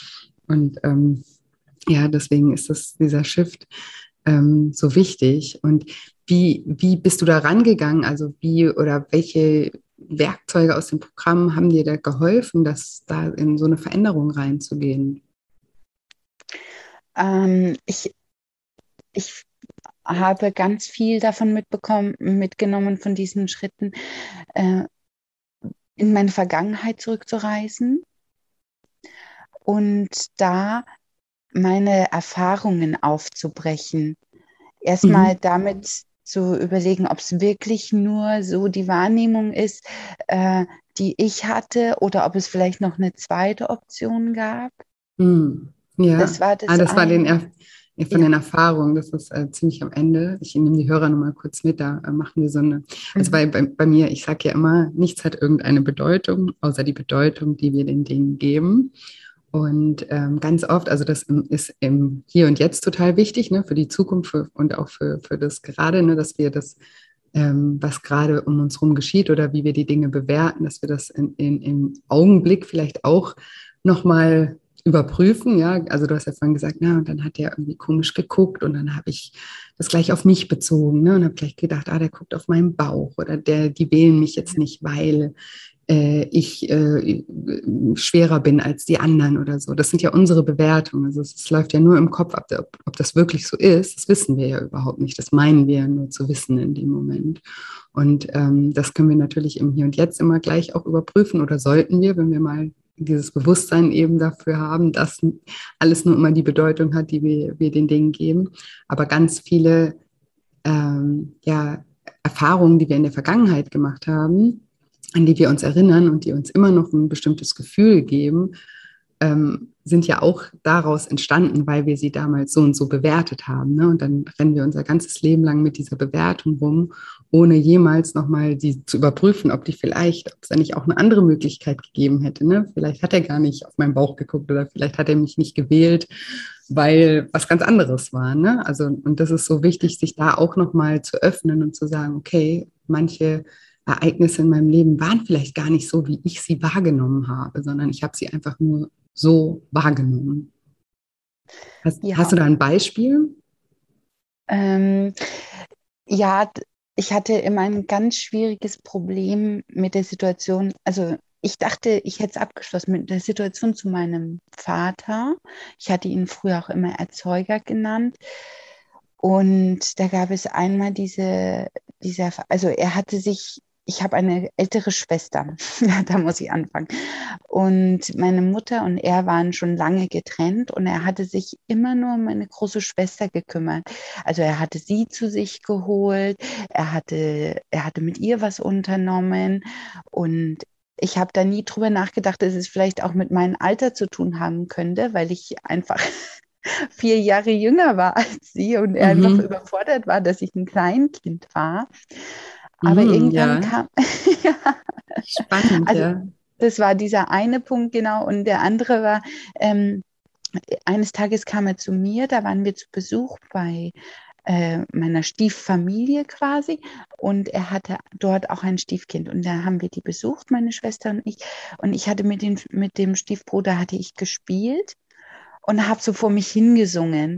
Und ähm, ja, deswegen ist das, dieser Shift ähm, so wichtig. Und wie, wie bist du da rangegangen? Also wie oder welche Werkzeuge aus dem Programm haben dir da geholfen, dass da in so eine Veränderung reinzugehen? Ähm, ich, ich habe ganz viel davon mitbekommen, mitgenommen von diesen Schritten, äh, in meine Vergangenheit zurückzureisen und da meine Erfahrungen aufzubrechen. Erstmal Mhm. damit zu überlegen, ob es wirklich nur so die Wahrnehmung ist, äh, die ich hatte, oder ob es vielleicht noch eine zweite Option gab. Mhm. Das Ja, war ah, das das war den, eine. Er- Ja, von Ja. den Erfahrungen, das ist äh, ziemlich am Ende. Ich nehme die Hörer nochmal kurz mit, da äh, machen wir so eine, also Mhm. bei, bei, bei mir, ich sage ja immer, nichts hat irgendeine Bedeutung, außer die Bedeutung, die wir den Dingen geben. Und ähm, ganz oft, also das im, ist im Hier und Jetzt total wichtig, ne, für die Zukunft für, und auch für, für das Gerade, ne, dass wir das, ähm, was gerade um uns herum geschieht oder wie wir die Dinge bewerten, dass wir das in, in, im Augenblick vielleicht auch nochmal überprüfen, ja, also du hast ja vorhin gesagt, na, und dann hat der irgendwie komisch geguckt und dann habe ich das gleich auf mich bezogen, ne, und habe gleich gedacht, ah, der guckt auf meinen Bauch oder der, die wählen mich jetzt nicht, weil äh, ich äh, schwerer bin als die anderen oder so. Das sind ja unsere Bewertungen. Also es, es läuft ja nur im Kopf ab, ob, ob das wirklich so ist. Das wissen wir ja überhaupt nicht. Das meinen wir ja nur zu wissen in dem Moment. Und ähm, das können wir natürlich im Hier und Jetzt immer gleich auch überprüfen oder sollten wir, wenn wir mal dieses Bewusstsein eben dafür haben, dass alles nur immer die Bedeutung hat, die wir, wir den Dingen geben. Aber ganz viele ähm, ja, Erfahrungen, die wir in der Vergangenheit gemacht haben, an die wir uns erinnern und die uns immer noch ein bestimmtes Gefühl geben, ähm, sind ja auch daraus entstanden, weil wir sie damals so und so bewertet haben. Ne? Und dann rennen wir unser ganzes Leben lang mit dieser Bewertung rum, ohne jemals nochmal die zu überprüfen, ob die vielleicht, ob es da nicht auch eine andere Möglichkeit gegeben hätte. Ne? Vielleicht hat er gar nicht auf meinen Bauch geguckt oder vielleicht hat er mich nicht gewählt, weil was ganz anderes war. Ne? Also, und das ist so wichtig, sich da auch nochmal zu öffnen und zu sagen, okay, manche Ereignisse in meinem Leben waren vielleicht gar nicht so, wie ich sie wahrgenommen habe, sondern ich habe sie einfach nur so wahrgenommen. Hast, hast Ja, du da ein Beispiel? ähm, ja, d- ich hatte immer ein ganz schwieriges Problem mit der Situation. Also ich dachte, ich hätte es abgeschlossen mit der Situation zu meinem Vater. Ich hatte ihn früher auch immer Erzeuger genannt. Und da gab es einmal diese, dieser, also er hatte sich, ich habe eine ältere Schwester, da muss ich anfangen. Und meine Mutter und er waren schon lange getrennt und er hatte sich immer nur um meine große Schwester gekümmert. Also er hatte sie zu sich geholt, er hatte, er hatte mit ihr was unternommen und ich habe da nie drüber nachgedacht, dass es vielleicht auch mit meinem Alter zu tun haben könnte, weil ich einfach vier Jahre jünger war als sie und er einfach Mhm. überfordert war, dass ich ein Kleinkind war. Aber Mhm, irgendwann ja, kam, ja, spannend, also ja. das war dieser eine Punkt genau und der andere war, ähm, eines Tages kam er zu mir, da waren wir zu Besuch bei äh, meiner Stieffamilie quasi und er hatte dort auch ein Stiefkind und da haben wir die besucht, meine Schwester und ich und ich hatte mit, den, mit dem Stiefbruder hatte ich gespielt und habe so vor mich hingesungen.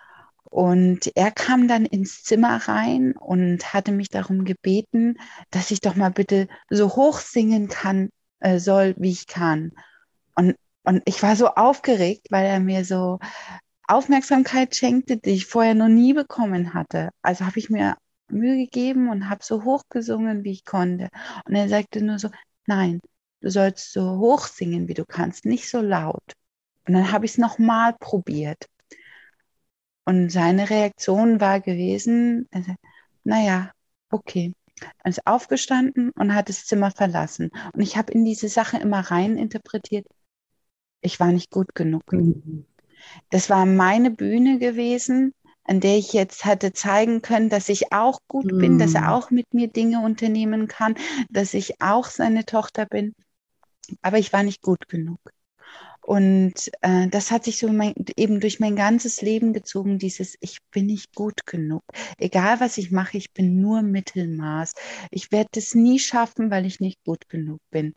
Und er kam dann ins Zimmer rein und hatte mich darum gebeten, dass ich doch mal bitte so hoch singen kann, äh, soll, wie ich kann. Und, und ich war so aufgeregt, weil er mir so Aufmerksamkeit schenkte, die ich vorher noch nie bekommen hatte. Also habe ich mir Mühe gegeben und habe so hoch gesungen, wie ich konnte. Und er sagte nur so, nein, du sollst so hoch singen, wie du kannst, nicht so laut. Und dann habe ich es nochmal probiert. Und seine Reaktion war gewesen, also, naja, okay. Er ist aufgestanden und hat das Zimmer verlassen. Und ich habe in diese Sache immer rein interpretiert, ich war nicht gut genug. Mhm. Das war meine Bühne gewesen, an der ich jetzt hatte zeigen können, dass ich auch gut bin, dass er Mhm. auch mit mir Dinge unternehmen kann, dass ich auch seine Tochter bin. Aber ich war nicht gut genug. Und äh, das hat sich so mein, eben durch mein ganzes Leben gezogen, dieses Ich bin nicht gut genug. Egal was ich mache, ich bin nur Mittelmaß. Ich werde es nie schaffen, weil ich nicht gut genug bin.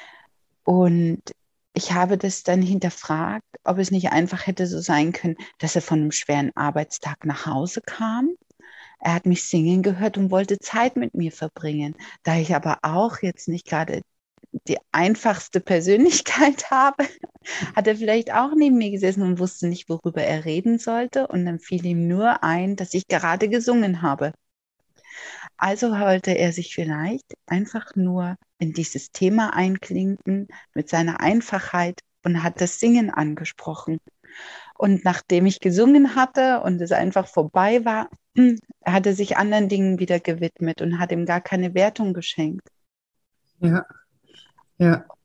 Und ich habe das dann hinterfragt, ob es nicht einfach hätte so sein können, dass er von einem schweren Arbeitstag nach Hause kam. Er hat mich singen gehört und wollte Zeit mit mir verbringen. Da ich aber auch jetzt nicht gerade die einfachste Persönlichkeit habe, hat er vielleicht auch neben mir gesessen und wusste nicht, worüber er reden sollte. Und dann fiel ihm nur ein, dass ich gerade gesungen habe. Also wollte er sich vielleicht einfach nur in dieses Thema einklinken mit seiner Einfachheit und hat das Singen angesprochen. Und nachdem ich gesungen hatte und es einfach vorbei war, hat er sich anderen Dingen wieder gewidmet und hat ihm gar keine Wertung geschenkt. Ja, ja.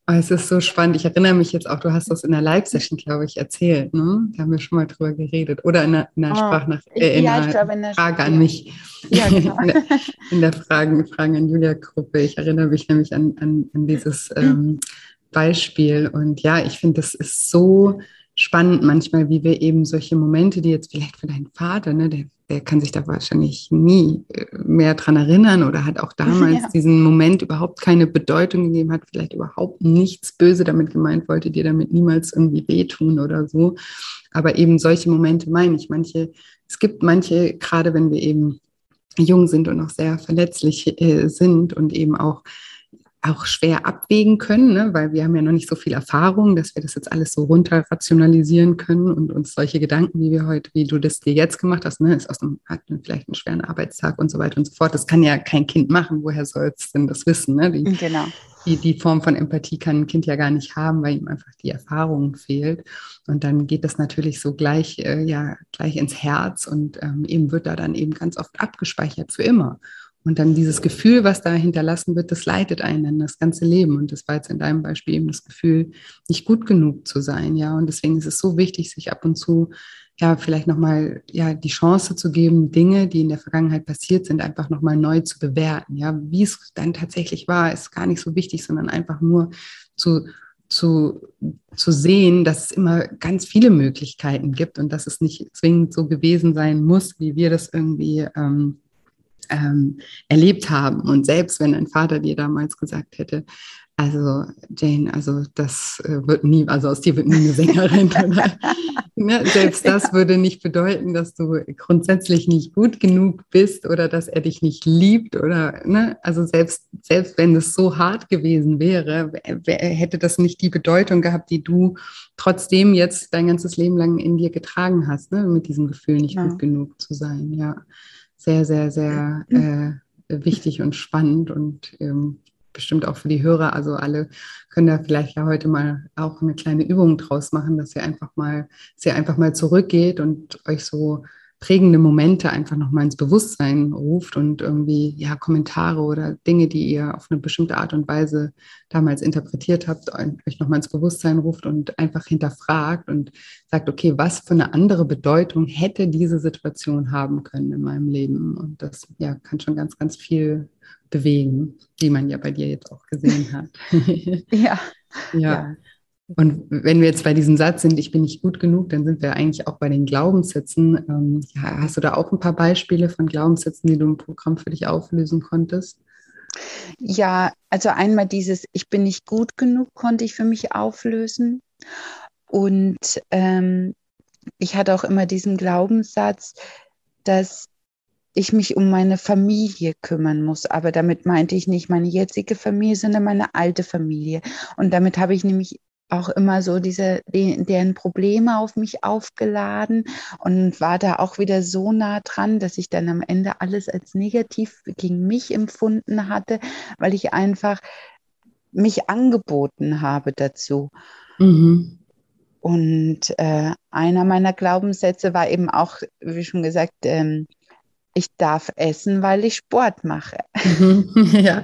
Oh, es ist so spannend. Ich erinnere mich jetzt auch, du hast das in der Live-Session, glaube ich, erzählt. Ne? Da haben wir schon mal drüber geredet. Oder in einer, in einer Oh, Sprachnach ich, äh, in ja, ich einer glaube, in der, Frage an ja, mich. ja, genau. In der, in der Fragen, Fragen an Julia-Gruppe. Ich erinnere mich nämlich an, an, an dieses ähm, Beispiel. Und ja, ich finde, das ist so spannend manchmal, wie wir eben solche Momente, die jetzt vielleicht für deinen Vater, ne, der, der kann sich da wahrscheinlich nie äh, mehr dran erinnern oder hat auch damals Ja, diesen Moment überhaupt keine Bedeutung gegeben, hat vielleicht überhaupt nichts böse damit gemeint, wollte dir damit niemals irgendwie wehtun oder so. Aber eben solche Momente meine ich. Manche, es gibt manche, gerade wenn wir eben jung sind und noch sehr verletzlich äh, sind und eben auch auch schwer abwägen können, ne? Weil wir haben ja noch nicht so viel Erfahrung, dass wir das jetzt alles so runter rationalisieren können und uns solche Gedanken, wie wir heute, wie du das dir jetzt gemacht hast, ne, ist aus einem, hat vielleicht einen schweren Arbeitstag und so weiter und so fort. Das kann ja kein Kind machen. Woher soll es denn das wissen? Ne? Die, genau. die, die Form von Empathie kann ein Kind ja gar nicht haben, weil ihm einfach die Erfahrung fehlt. Und dann geht das natürlich so gleich, äh, ja, gleich ins Herz und ähm, eben wird da dann eben ganz oft abgespeichert für immer. Und dann dieses Gefühl, was da hinterlassen wird, das leitet einen dann das ganze Leben. Und das war jetzt in deinem Beispiel eben das Gefühl, nicht gut genug zu sein. Ja, und deswegen ist es so wichtig, sich ab und zu ja vielleicht nochmal ja, die Chance zu geben, Dinge, die in der Vergangenheit passiert sind, einfach nochmal neu zu bewerten. Ja, wie es dann tatsächlich war, ist gar nicht so wichtig, sondern einfach nur zu zu, zu sehen, dass es immer ganz viele Möglichkeiten gibt und dass es nicht zwingend so gewesen sein muss, wie wir das irgendwie ähm, ähm, erlebt haben. Und selbst wenn ein Vater dir damals gesagt hätte, also Jane, also das äh, wird nie, also aus dir wird nie eine Sängerin. Oder, ne? Selbst das Ja, würde nicht bedeuten, dass du grundsätzlich nicht gut genug bist oder dass er dich nicht liebt oder, ne? Also selbst, selbst wenn es so hart gewesen wäre, hätte das nicht die Bedeutung gehabt, die du trotzdem jetzt dein ganzes Leben lang in dir getragen hast, ne? Mit diesem Gefühl, nicht gut genau. genug zu sein, ja. Sehr, sehr, sehr äh, wichtig und spannend und ähm, bestimmt auch für die Hörer. Also alle können da vielleicht ja heute mal auch eine kleine Übung draus machen, dass ihr einfach mal, dass ihr einfach mal zurückgeht und euch so prägende Momente einfach nochmal ins Bewusstsein ruft und irgendwie ja Kommentare oder Dinge, die ihr auf eine bestimmte Art und Weise damals interpretiert habt, euch nochmal ins Bewusstsein ruft und einfach hinterfragt und sagt, okay, was für eine andere Bedeutung hätte diese Situation haben können in meinem Leben? Und das ja, kann schon ganz, ganz viel bewegen, wie man ja bei dir jetzt auch gesehen hat. Ja, Ja, ja. und wenn wir jetzt bei diesem Satz sind, ich bin nicht gut genug, dann sind wir eigentlich auch bei den Glaubenssätzen. Ähm, ja, hast du da auch ein paar Beispiele von Glaubenssätzen, die du im Programm für dich auflösen konntest? Ja, also einmal dieses Ich bin nicht gut genug konnte ich für mich auflösen. Und ähm, ich hatte auch immer diesen Glaubenssatz, dass ich mich um meine Familie kümmern muss. Aber damit meinte ich nicht meine jetzige Familie, sondern meine alte Familie. Und damit habe ich nämlich auch immer so diese, de, deren Probleme auf mich aufgeladen und war da auch wieder so nah dran, dass ich dann am Ende alles als negativ gegen mich empfunden hatte, weil ich einfach mich angeboten habe dazu. Mhm. Und äh, einer meiner Glaubenssätze war eben auch, wie schon gesagt, ähm, ich darf essen, weil ich Sport mache. Mhm. Ja,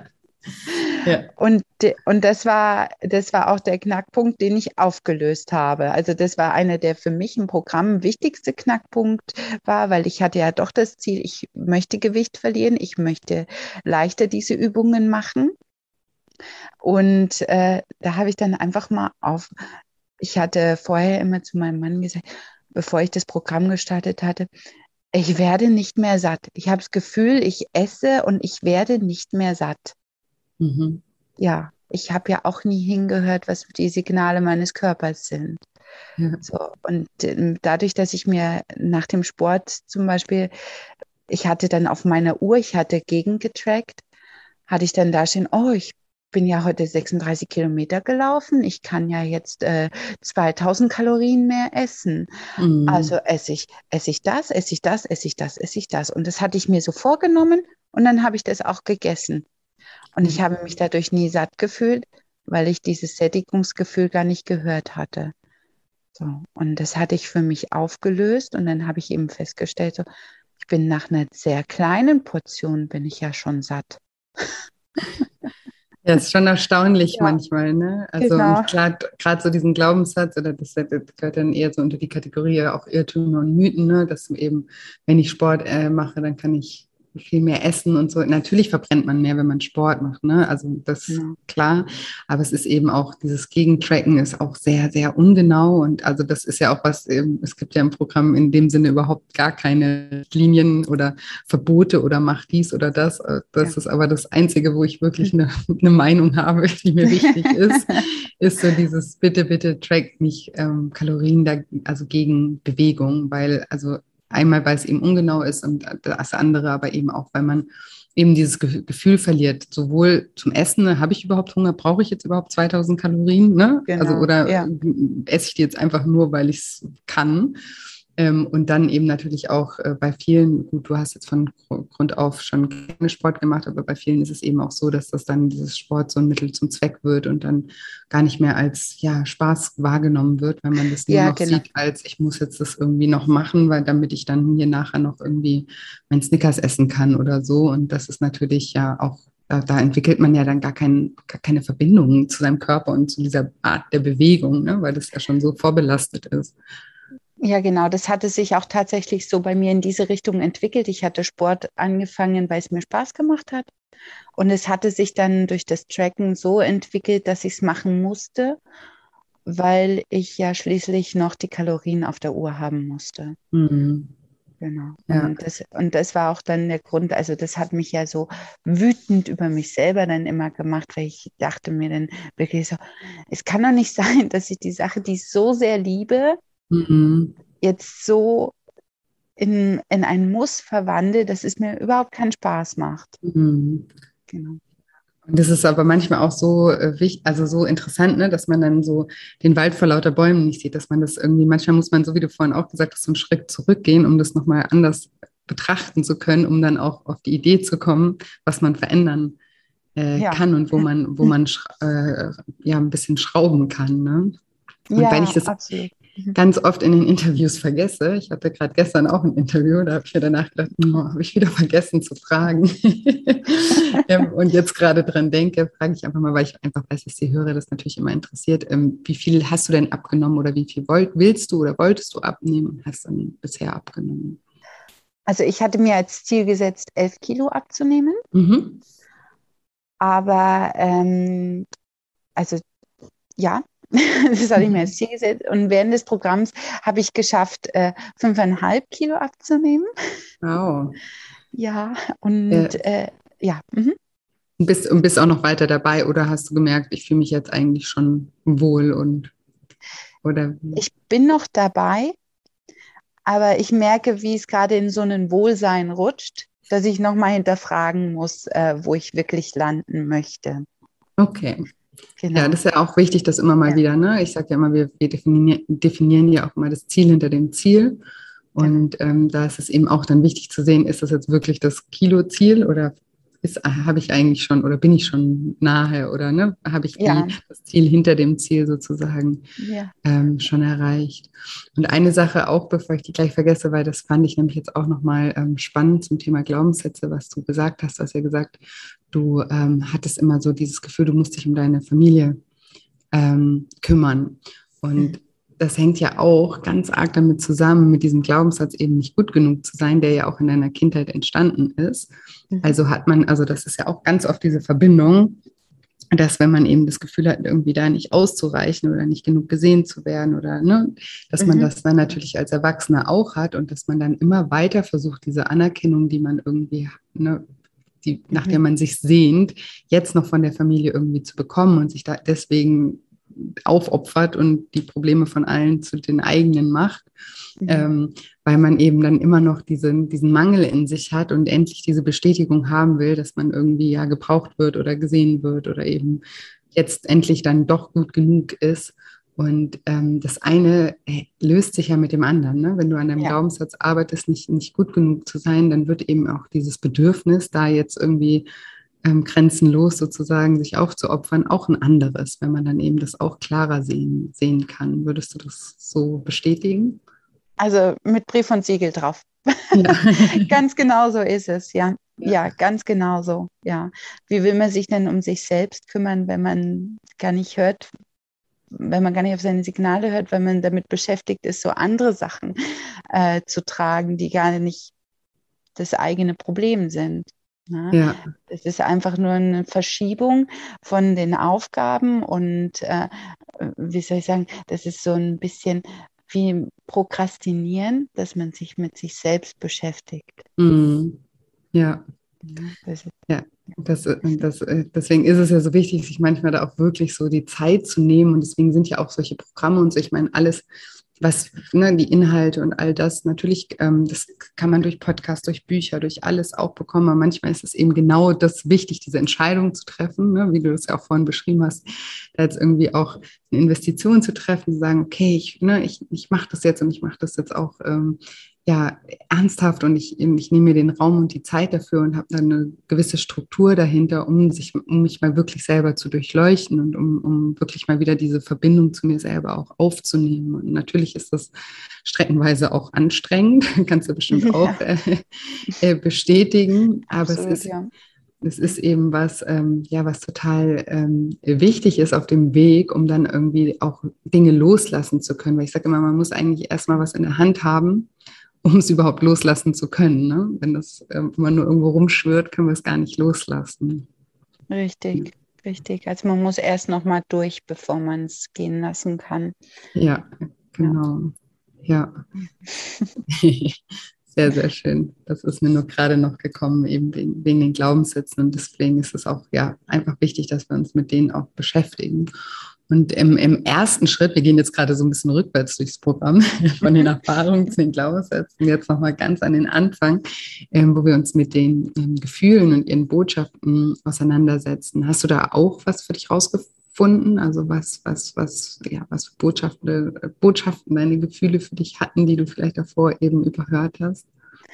ja. Und, und das war, das war auch der Knackpunkt, den ich aufgelöst habe. Also das war einer, der für mich im Programm wichtigste Knackpunkt war, weil ich hatte ja doch das Ziel, ich möchte Gewicht verlieren, ich möchte leichter diese Übungen machen. Und äh, da habe ich dann einfach mal auf, ich hatte vorher immer zu meinem Mann gesagt, bevor ich das Programm gestartet hatte, ich werde nicht mehr satt. Ich habe das Gefühl, ich esse und ich werde nicht mehr satt. Mhm. Ja, ich habe ja auch nie hingehört, was die Signale meines Körpers sind. Ja. So, und ähm, dadurch, dass ich mir nach dem Sport zum Beispiel, ich hatte dann auf meiner Uhr, ich hatte gegengetrackt, hatte ich dann da stehen, oh, ich bin ja heute sechsunddreißig Kilometer gelaufen, ich kann ja jetzt äh, zweitausend Kalorien mehr essen. Also Mhm. esse ich, esse ich das, esse ich das, esse ich das, esse ich das. Und das hatte ich mir so vorgenommen und dann habe ich das auch gegessen. Und Ja. ich habe mich dadurch nie satt gefühlt, weil ich dieses Sättigungsgefühl gar nicht gehört hatte. So. Und das hatte ich für mich aufgelöst und dann habe ich eben festgestellt, so, ich bin nach einer sehr kleinen Portion, bin ich ja schon satt. Ja, ist schon erstaunlich Ja, manchmal, ne? Also genau. und klar, gerade so diesen Glaubenssatz, oder das, das gehört dann eher so unter die Kategorie auch Irrtümer und Mythen, ne? Dass du eben, wenn ich Sport äh, mache, dann kann ich viel mehr essen und so. Natürlich verbrennt man mehr, wenn man Sport macht, ne? Also das ist Genau. klar. Aber es ist eben auch, dieses Gegentracken ist auch sehr, sehr ungenau. Und also das ist ja auch was, ähm, es gibt ja im Programm in dem Sinne überhaupt gar keine Linien oder Verbote oder mach dies oder das. Äh, Ja. Das ist aber das Einzige, wo ich wirklich eine, eine Meinung habe, die mir wichtig ist, ist so dieses bitte, bitte track nicht ähm, Kalorien, da, also gegen Bewegung, weil also einmal, weil es eben ungenau ist und das andere aber eben auch, weil man eben dieses Ge Gefühl verliert, sowohl zum Essen, habe ich überhaupt Hunger, brauche ich jetzt überhaupt zweitausend Kalorien, ne? Also Genau, oder ja. äh, esse ich die jetzt einfach nur, weil ich es kann? Ähm, und dann eben natürlich auch äh, bei vielen, gut, du hast jetzt von Grund auf schon keine Sport gemacht, aber bei vielen ist es eben auch so, dass das dann dieses Sport so ein Mittel zum Zweck wird und dann gar nicht mehr als ja, Spaß wahrgenommen wird, wenn man das nur Ja, noch genau. sieht, als ich muss jetzt das irgendwie noch machen, weil damit ich dann hier nachher noch irgendwie mein Snickers essen kann oder so. Und das ist natürlich ja auch da, da entwickelt man ja dann gar, kein, gar keine Verbindung zu seinem Körper und zu dieser Art der Bewegung, ne? Weil das ja schon so vorbelastet ist. Ja, genau. Das hatte sich auch tatsächlich so bei mir in diese Richtung entwickelt. Ich hatte Sport angefangen, weil es mir Spaß gemacht hat. Und es hatte sich dann durch das Tracken so entwickelt, dass ich es machen musste, weil ich ja schließlich noch die Kalorien auf der Uhr haben musste. Mhm. Genau. Ja. Und das, und das war auch dann der Grund, also das hat mich ja so wütend über mich selber dann immer gemacht, weil ich dachte mir dann wirklich so, es kann doch nicht sein, dass ich die Sache, die ich so sehr liebe, Mhm. jetzt so in, in ein Muss verwandle, dass es mir überhaupt keinen Spaß macht. Mhm. Genau. Und das ist aber manchmal auch so äh, wichtig, also so interessant, ne, dass man dann so den Wald vor lauter Bäumen nicht sieht, dass man das irgendwie, manchmal muss man, so wie du vorhin auch gesagt hast, so einen Schritt zurückgehen, um das nochmal anders betrachten zu können, um dann auch auf die Idee zu kommen, was man verändern äh, Ja, kann und wo man, wo man äh, ja ein bisschen schrauben kann. Ne? Und weil ich ja, das absolut. Mhm. ganz oft in den Interviews vergesse. Ich hatte gerade gestern auch ein Interview, da habe ich mir danach gedacht, oh, habe ich wieder vergessen zu fragen. ähm, und jetzt gerade dran denke, frage ich einfach mal, weil ich einfach weiß, dass die Hörer das natürlich immer interessiert. Ähm, wie viel hast du denn abgenommen oder wie viel wollt, willst du oder wolltest du abnehmen und hast dann bisher abgenommen? Also ich hatte mir als Ziel gesetzt, elf Kilo abzunehmen, Mhm. aber ähm, also ja, das hatte ich mir als Ziel gesetzt. Und während des Programms habe ich geschafft, äh, fünfeinhalb Kilo abzunehmen. Wow. Ja, Äh, und äh, ja, mhm. und bist, und bist auch noch weiter dabei oder hast du gemerkt, ich fühle mich jetzt eigentlich schon wohl und oder Ich bin noch dabei, aber ich merke, wie es gerade in so einen Wohlsein rutscht, dass ich nochmal hinterfragen muss, äh, wo ich wirklich landen möchte. okay. Ja, Genau. das ist ja auch wichtig, dass immer mal Ja, wieder, ne? Ich sage ja immer, wir, wir definieren, definieren ja auch immer das Ziel hinter dem Ziel. genau. Und ähm, da ist es eben auch dann wichtig zu sehen, ist das jetzt wirklich das Kilo-Ziel oder ist, habe ich eigentlich schon oder bin ich schon nahe oder ne, habe ich die, Ja, das Ziel hinter dem Ziel sozusagen ja. ähm, schon erreicht. Und eine Sache auch, bevor ich die gleich vergesse, weil das fand ich nämlich jetzt auch nochmal ähm, spannend zum Thema Glaubenssätze, was du gesagt hast. Du hast ja gesagt, du ähm, hattest immer so dieses Gefühl, du musst dich um deine Familie ähm, kümmern. Mhm. Und das hängt ja auch ganz arg damit zusammen, mit diesem Glaubenssatz eben nicht gut genug zu sein, der ja auch in deiner Kindheit entstanden ist. Mhm. Also hat man, also das ist ja auch ganz oft diese Verbindung, dass wenn man eben das Gefühl hat, irgendwie da nicht auszureichen oder nicht genug gesehen zu werden oder ne, dass man Mhm. das dann natürlich als Erwachsener auch hat und dass man dann immer weiter versucht, diese Anerkennung, die man irgendwie, ne, die, nach der Mhm. man sich sehnt, jetzt noch von der Familie irgendwie zu bekommen und sich da deswegen aufopfert und die Probleme von allen zu den eigenen macht, Mhm. ähm, weil man eben dann immer noch diesen, diesen Mangel in sich hat und endlich diese Bestätigung haben will, dass man irgendwie ja gebraucht wird oder gesehen wird oder eben jetzt endlich dann doch gut genug ist. Und ähm, das eine äh, löst sich ja mit dem anderen. Ne? Wenn du an deinem Ja. Glaubenssatz arbeitest, nicht, nicht gut genug zu sein, dann wird eben auch dieses Bedürfnis, da jetzt irgendwie ähm, grenzenlos sozusagen sich aufzuopfern, auch ein anderes, wenn man dann eben das auch klarer sehen, sehen kann. Würdest du das so bestätigen? Also mit Brief und Siegel drauf. Ja. Ganz genau so ist es, ja. ja, ganz genau so, ja. Wie will man sich denn um sich selbst kümmern, wenn man gar nicht hört, wenn man gar nicht auf seine Signale hört, wenn man damit beschäftigt ist, so andere Sachen äh, zu tragen, die gar nicht das eigene Problem sind. Ne? Ja. Es ist einfach nur eine Verschiebung von den Aufgaben und äh, wie soll ich sagen, das ist so ein bisschen wie Prokrastinieren, dass man sich mit sich selbst beschäftigt. Mhm. Ja. Das ist, Ja, das, äh, das, äh, deswegen ist es ja so wichtig, sich manchmal da auch wirklich so die Zeit zu nehmen. Und deswegen sind ja auch solche Programme und so, ich meine, alles, was, ne, die Inhalte und all das, natürlich, ähm, das kann man durch Podcasts, durch Bücher, durch alles auch bekommen. Aber manchmal ist es eben genau das wichtig, diese Entscheidung zu treffen, ne, wie du das ja auch vorhin beschrieben hast, da jetzt irgendwie auch eine Investition zu treffen, zu sagen, okay, ich, ne, ich, ich mache das jetzt und ich mache das jetzt auch ähm, ja, ernsthaft und ich, ich nehme mir den Raum und die Zeit dafür und habe dann eine gewisse Struktur dahinter, um, sich, um mich mal wirklich selber zu durchleuchten und um, um wirklich mal wieder diese Verbindung zu mir selber auch aufzunehmen. Und natürlich ist das streckenweise auch anstrengend, kannst du bestimmt auch ja, äh, äh, bestätigen, aber es absolut, ist ja. es ist eben was, ähm, ja, was total ähm, wichtig ist auf dem Weg, um dann irgendwie auch Dinge loslassen zu können. Weil ich sage immer, man muss eigentlich erstmal was in der Hand haben, um es überhaupt loslassen zu können. Ne? Wenn das ähm, immer nur irgendwo rumschwirrt, können wir es gar nicht loslassen. Richtig, richtig. Also man muss erst noch mal durch, bevor man es gehen lassen kann. Ja, Ja. genau. Ja. Sehr, sehr schön. Das ist mir nur gerade noch gekommen, eben wegen, wegen den Glaubenssätzen. Und deswegen ist es auch ja einfach wichtig, dass wir uns mit denen auch beschäftigen. Und im, im ersten Schritt, wir gehen jetzt gerade so ein bisschen rückwärts durchs Programm, von den Erfahrungen zu den Glaubenssätzen, jetzt nochmal ganz an den Anfang, ähm, wo wir uns mit den ähm, Gefühlen und ihren Botschaften auseinandersetzen. Hast du da auch was für dich rausgefunden? Also was, was, was, ja, was für Botschaften, Botschaften deine Gefühle für dich hatten, die du vielleicht davor eben überhört hast?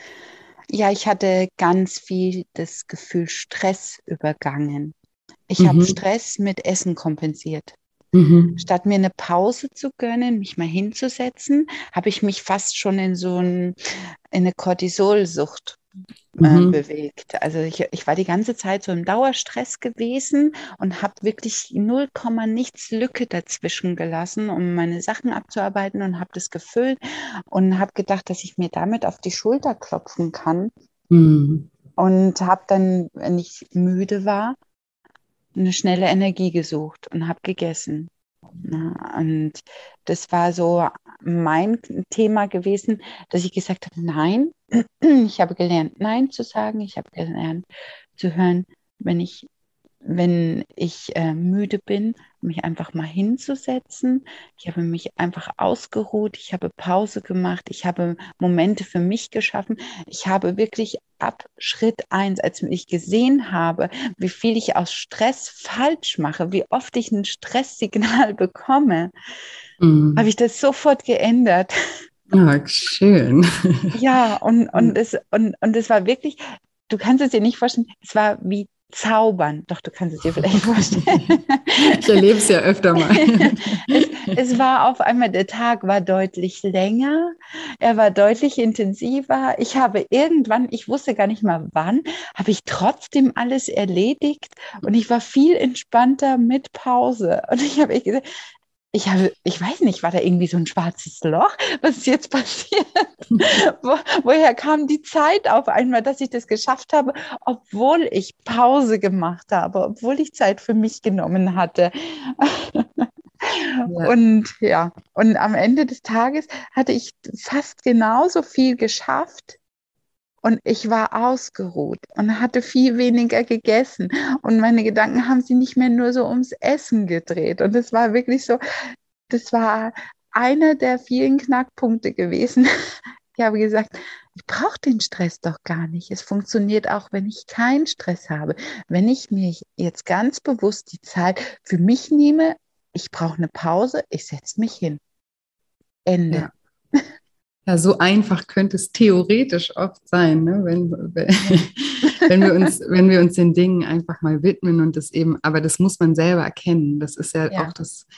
Ja, ich hatte ganz viel das Gefühl Stress übergangen. Ich habe Mhm. Stress mit Essen kompensiert. Mhm. Statt mir eine Pause zu gönnen, mich mal hinzusetzen, habe ich mich fast schon in so ein, in eine Cortisolsucht äh, Mhm. bewegt. Also ich, ich war die ganze Zeit so im Dauerstress gewesen und habe wirklich null Komma nichts Lücke dazwischen gelassen, um meine Sachen abzuarbeiten und habe das gefüllt und habe gedacht, dass ich mir damit auf die Schulter klopfen kann Mhm. und habe dann, wenn ich müde war, eine schnelle Energie gesucht und habe gegessen. Ja, und das war so mein Thema gewesen, dass ich gesagt habe, nein, ich habe gelernt, nein zu sagen, ich habe gelernt zu hören, wenn ich wenn ich äh, müde bin, mich einfach mal hinzusetzen. Ich habe mich einfach ausgeruht, ich habe Pause gemacht, ich habe Momente für mich geschaffen. Ich habe wirklich ab Schritt eins, als ich gesehen habe, wie viel ich aus Stress falsch mache, wie oft ich ein Stresssignal bekomme, habe Mhm. ich das sofort geändert. Ah, schön. Ja, und, und, es, und, und es war wirklich, du kannst es dir nicht vorstellen, es war wie Zaubern. Doch, du kannst es dir vielleicht vorstellen. Ich erlebe es ja öfter mal. es, es war auf einmal, der Tag war deutlich länger, er war deutlich intensiver. Ich habe irgendwann, ich wusste gar nicht mal wann, habe ich trotzdem alles erledigt und ich war viel entspannter mit Pause. Und ich habe echt gesagt, ich habe, ich weiß nicht, war da irgendwie so ein schwarzes Loch? Was ist jetzt passiert? Wo, woher kam die Zeit auf einmal, dass ich das geschafft habe, obwohl ich Pause gemacht habe, obwohl ich Zeit für mich genommen hatte? Ja. Und ja, und am Ende des Tages hatte ich fast genauso viel geschafft. Und ich war ausgeruht und hatte viel weniger gegessen. Und meine Gedanken haben sich nicht mehr nur so ums Essen gedreht. Und es war wirklich so, das war einer der vielen Knackpunkte gewesen. Ich habe gesagt, ich brauche den Stress doch gar nicht. Es funktioniert auch, wenn ich keinen Stress habe. Wenn ich mir jetzt ganz bewusst die Zeit für mich nehme, ich brauche eine Pause, ich setze mich hin. Ende. Ja. Ja, so einfach könnte es theoretisch oft sein, ne? wenn, Ja. wenn, wir uns, wenn wir uns den Dingen einfach mal widmen und das eben, aber das muss man selber erkennen. Das ist ja auch Ja. das,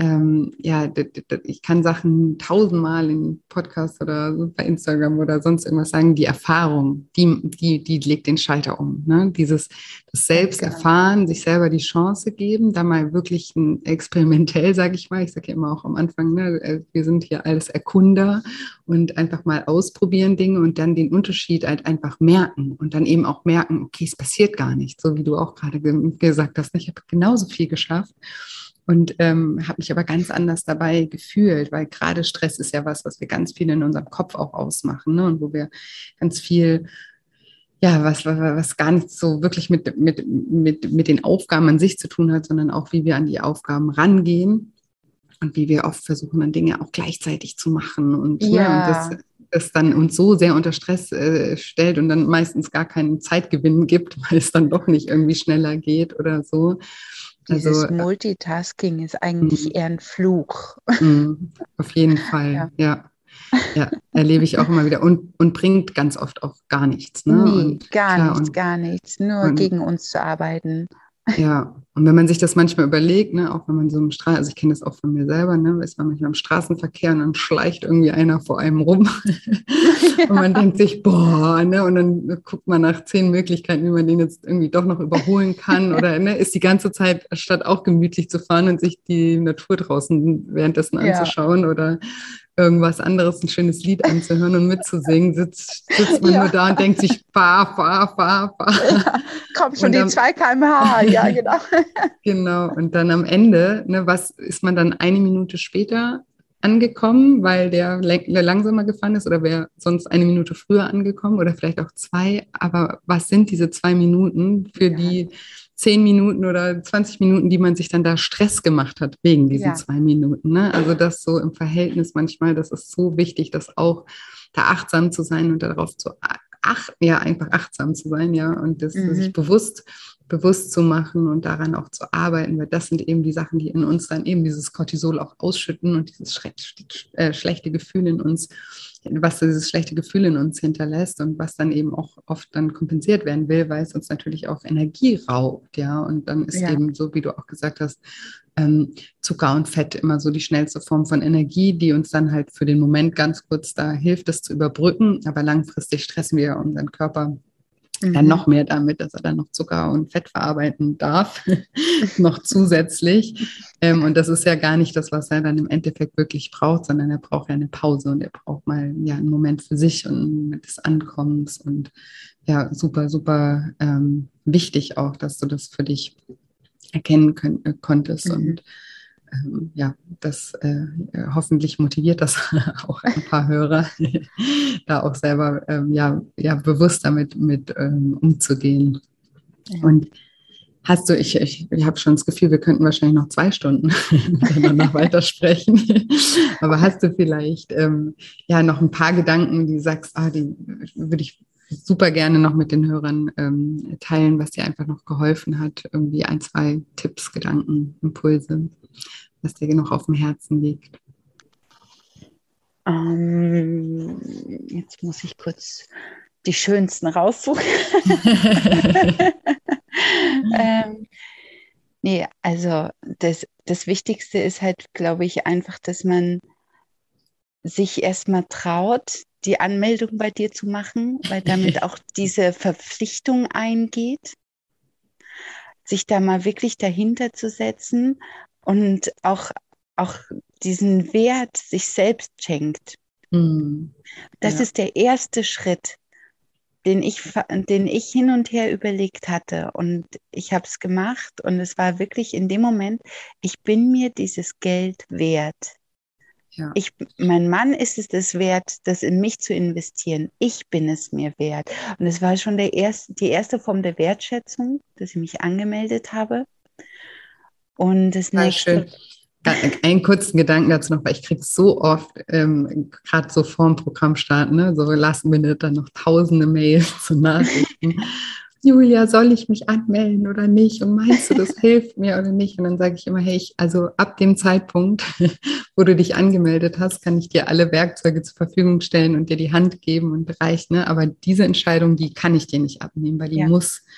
ähm, ja, d- d- ich kann Sachen tausendmal in Podcasts oder so bei Instagram oder sonst irgendwas sagen. Die Erfahrung, die, die, die legt den Schalter um. Ne? Dieses das Ganz selbst genau. erfahren, sich selber die Chance geben, da mal wirklich ein experimentell, sage ich mal. Ich sage ja immer auch am Anfang, ne, wir sind hier alles Erkunder und einfach mal ausprobieren Dinge und dann den Unterschied halt einfach merken und dann eben auch merken, okay, es passiert gar nicht, so wie du auch gerade ge- gesagt hast. Ich habe genauso viel geschafft. Und ähm, habe mich aber ganz anders dabei gefühlt, weil gerade Stress ist ja was, was wir ganz viel in unserem Kopf auch ausmachen, ne? Und wo wir ganz viel, ja, was, was, was gar nicht so wirklich mit, mit, mit, mit den Aufgaben an sich zu tun hat, sondern auch, wie wir an die Aufgaben rangehen und wie wir oft versuchen, dann Dinge auch gleichzeitig zu machen und, ne, und das, Ja, das dann uns so sehr unter Stress äh, stellt und dann meistens gar keinen Zeitgewinn gibt, weil es dann doch nicht irgendwie schneller geht oder so. Also dieses Multitasking ist mh, eigentlich eher ein Fluch. mh, auf jeden Fall, Ja. ja. Ja, erlebe ich auch immer wieder und, und bringt ganz oft auch gar nichts, ne? Nee, Und gar klar, nichts, und, gar nichts. Nur und gegen uns zu arbeiten. ja, und wenn man sich das manchmal überlegt, ne, auch wenn man so im Straßen, also ich kenne das auch von mir selber, ne, ist man manchmal im Straßenverkehr und dann schleicht irgendwie einer vor einem rum und man denkt sich, boah, ne, und dann guckt man nach zehn Möglichkeiten, wie man den jetzt irgendwie doch noch überholen kann oder ne, ist die ganze Zeit, statt auch gemütlich zu fahren und sich die Natur draußen währenddessen Ja, anzuschauen oder irgendwas anderes, ein schönes Lied anzuhören und mitzusingen, sitzt, sitzt man nur ja, da und denkt sich, fahr, fahr, fahr, fahr. ja. Kommt schon Und die dann, zwei Kilometer pro Stunde. Ja, genau. genau, und dann am Ende, ne, was ist man dann eine Minute später angekommen, weil der langsamer gefahren ist oder wäre sonst eine Minute früher angekommen oder vielleicht auch zwei. Aber was sind diese zwei Minuten für Ja, die zehn Minuten oder zwanzig Minuten, die man sich dann da Stress gemacht hat wegen diesen ja, zwei Minuten? Ne? Also das so im Verhältnis manchmal, das ist so wichtig, das auch da achtsam zu sein und darauf zu ach, ja, einfach achtsam zu sein, ja, und das sich mhm. bewusst bewusst zu machen und daran auch zu arbeiten, weil das sind eben die Sachen, die in uns dann eben dieses Cortisol auch ausschütten und dieses schle äh, schlechte Gefühl in uns, was dieses schlechte Gefühl in uns hinterlässt und was dann eben auch oft dann kompensiert werden will, weil es uns natürlich auch Energie raubt, ja, und dann ist Ja, eben so, wie du auch gesagt hast, ähm, Zucker und Fett immer so die schnellste Form von Energie, die uns dann halt für den Moment ganz kurz da hilft, das zu überbrücken, aber langfristig stressen wir unseren Körper dann mhm. noch mehr damit, dass er dann noch Zucker und Fett verarbeiten darf, noch zusätzlich. Ähm, und das ist ja gar nicht das, was er dann im Endeffekt wirklich braucht, sondern er braucht ja eine Pause und er braucht mal ja einen Moment für sich und einen Moment des Ankommens und ja, super, super ähm, wichtig auch, dass du das für dich erkennen können, äh, konntest Mhm. und ähm, ja, das äh, hoffentlich motiviert das auch ein paar Hörer, da auch selber ähm, ja, ja, bewusst damit mit, ähm, umzugehen. Ja. Und hast du, ich, ich, ich habe schon das Gefühl, wir könnten wahrscheinlich noch zwei Stunden miteinander weitersprechen. Aber hast du vielleicht ähm, ja noch ein paar Gedanken, die du sagst, ah, die würde ich super gerne noch mit den Hörern ähm, teilen, was dir einfach noch geholfen hat, irgendwie ein, zwei Tipps, Gedanken, Impulse, was dir noch auf dem Herzen liegt. Ähm, jetzt muss ich kurz die schönsten raussuchen. ähm, nee, also das, das Wichtigste ist halt, glaube ich, einfach, dass man sich erstmal traut, die Anmeldung bei dir zu machen, weil damit auch diese Verpflichtung eingeht, sich da mal wirklich dahinter zu setzen und auch, auch diesen Wert sich selbst schenkt. Hm. Das Ja, ist der erste Schritt, den ich, den ich hin und her überlegt hatte. Und ich habe es gemacht und es war wirklich in dem Moment, ich bin mir dieses Geld wert. ja, Ich, mein Mann ist es das wert, das in mich zu investieren. Ich bin es mir wert. Und es war schon der erste, die erste Form der Wertschätzung, dass ich mich angemeldet habe. Und das total nächste, schön. Einen kurzen Gedanken dazu noch, weil ich kriege so oft, ähm, gerade so vorm Programmstart, ne, so last minute dann noch tausende Mails zu Nachrichten. Julia, soll ich mich anmelden oder nicht? Und meinst du, das hilft mir oder nicht? Und dann sage ich immer, hey, ich, also ab dem Zeitpunkt, wo du dich angemeldet hast, kann ich dir alle Werkzeuge zur Verfügung stellen und dir die Hand geben und reicht, ne? Aber diese Entscheidung, die kann ich dir nicht abnehmen, weil die ja, muss,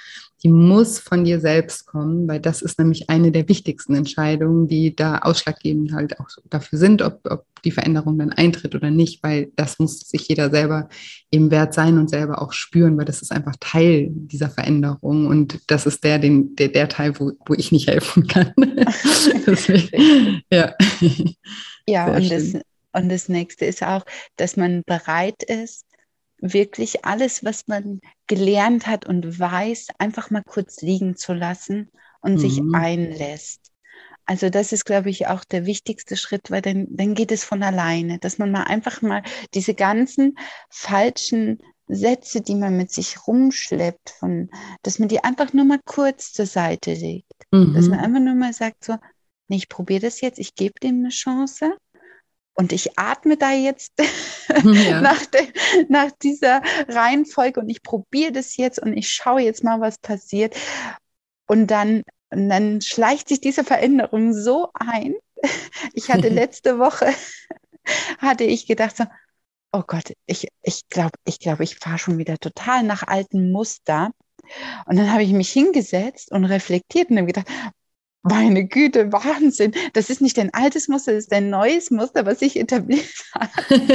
die muss von dir selbst kommen, weil das ist nämlich eine der wichtigsten Entscheidungen, die da ausschlaggebend halt auch dafür sind, ob, ob die Veränderung dann eintritt oder nicht, weil das muss sich jeder selber eben wert sein und selber auch spüren, weil das ist einfach Teil dieser Veränderung und das ist der, den, der, der Teil, wo, wo ich nicht helfen kann. Deswegen, ja. Ja, Sehr und schön. das, und das nächste ist auch, dass man bereit ist, wirklich alles, was man gelernt hat und weiß, einfach mal kurz liegen zu lassen und sich Mhm. einlässt. Also das ist, glaube ich, auch der wichtigste Schritt, weil dann, dann geht es von alleine, dass man mal einfach mal diese ganzen falschen Sätze, die man mit sich rumschleppt, von, dass man die einfach nur mal kurz zur Seite legt. Dass man Mhm. einfach nur mal sagt so, nee, ich probiere das jetzt, ich gebe dem eine Chance. Und ich atme da jetzt Ja. nach, de, nach dieser Reihenfolge und ich probiere das jetzt und ich schaue jetzt mal, was passiert. Und dann, und dann schleicht sich diese Veränderung so ein. Ich hatte letzte Woche, hatte ich gedacht so, oh Gott, ich, ich glaube, ich, glaub, ich fahre schon wieder total nach alten Muster. Und dann habe ich mich hingesetzt und reflektiert und habe gedacht, meine Güte, Wahnsinn. Das ist nicht ein altes Muster, das ist ein neues Muster, was sich etabliert hat.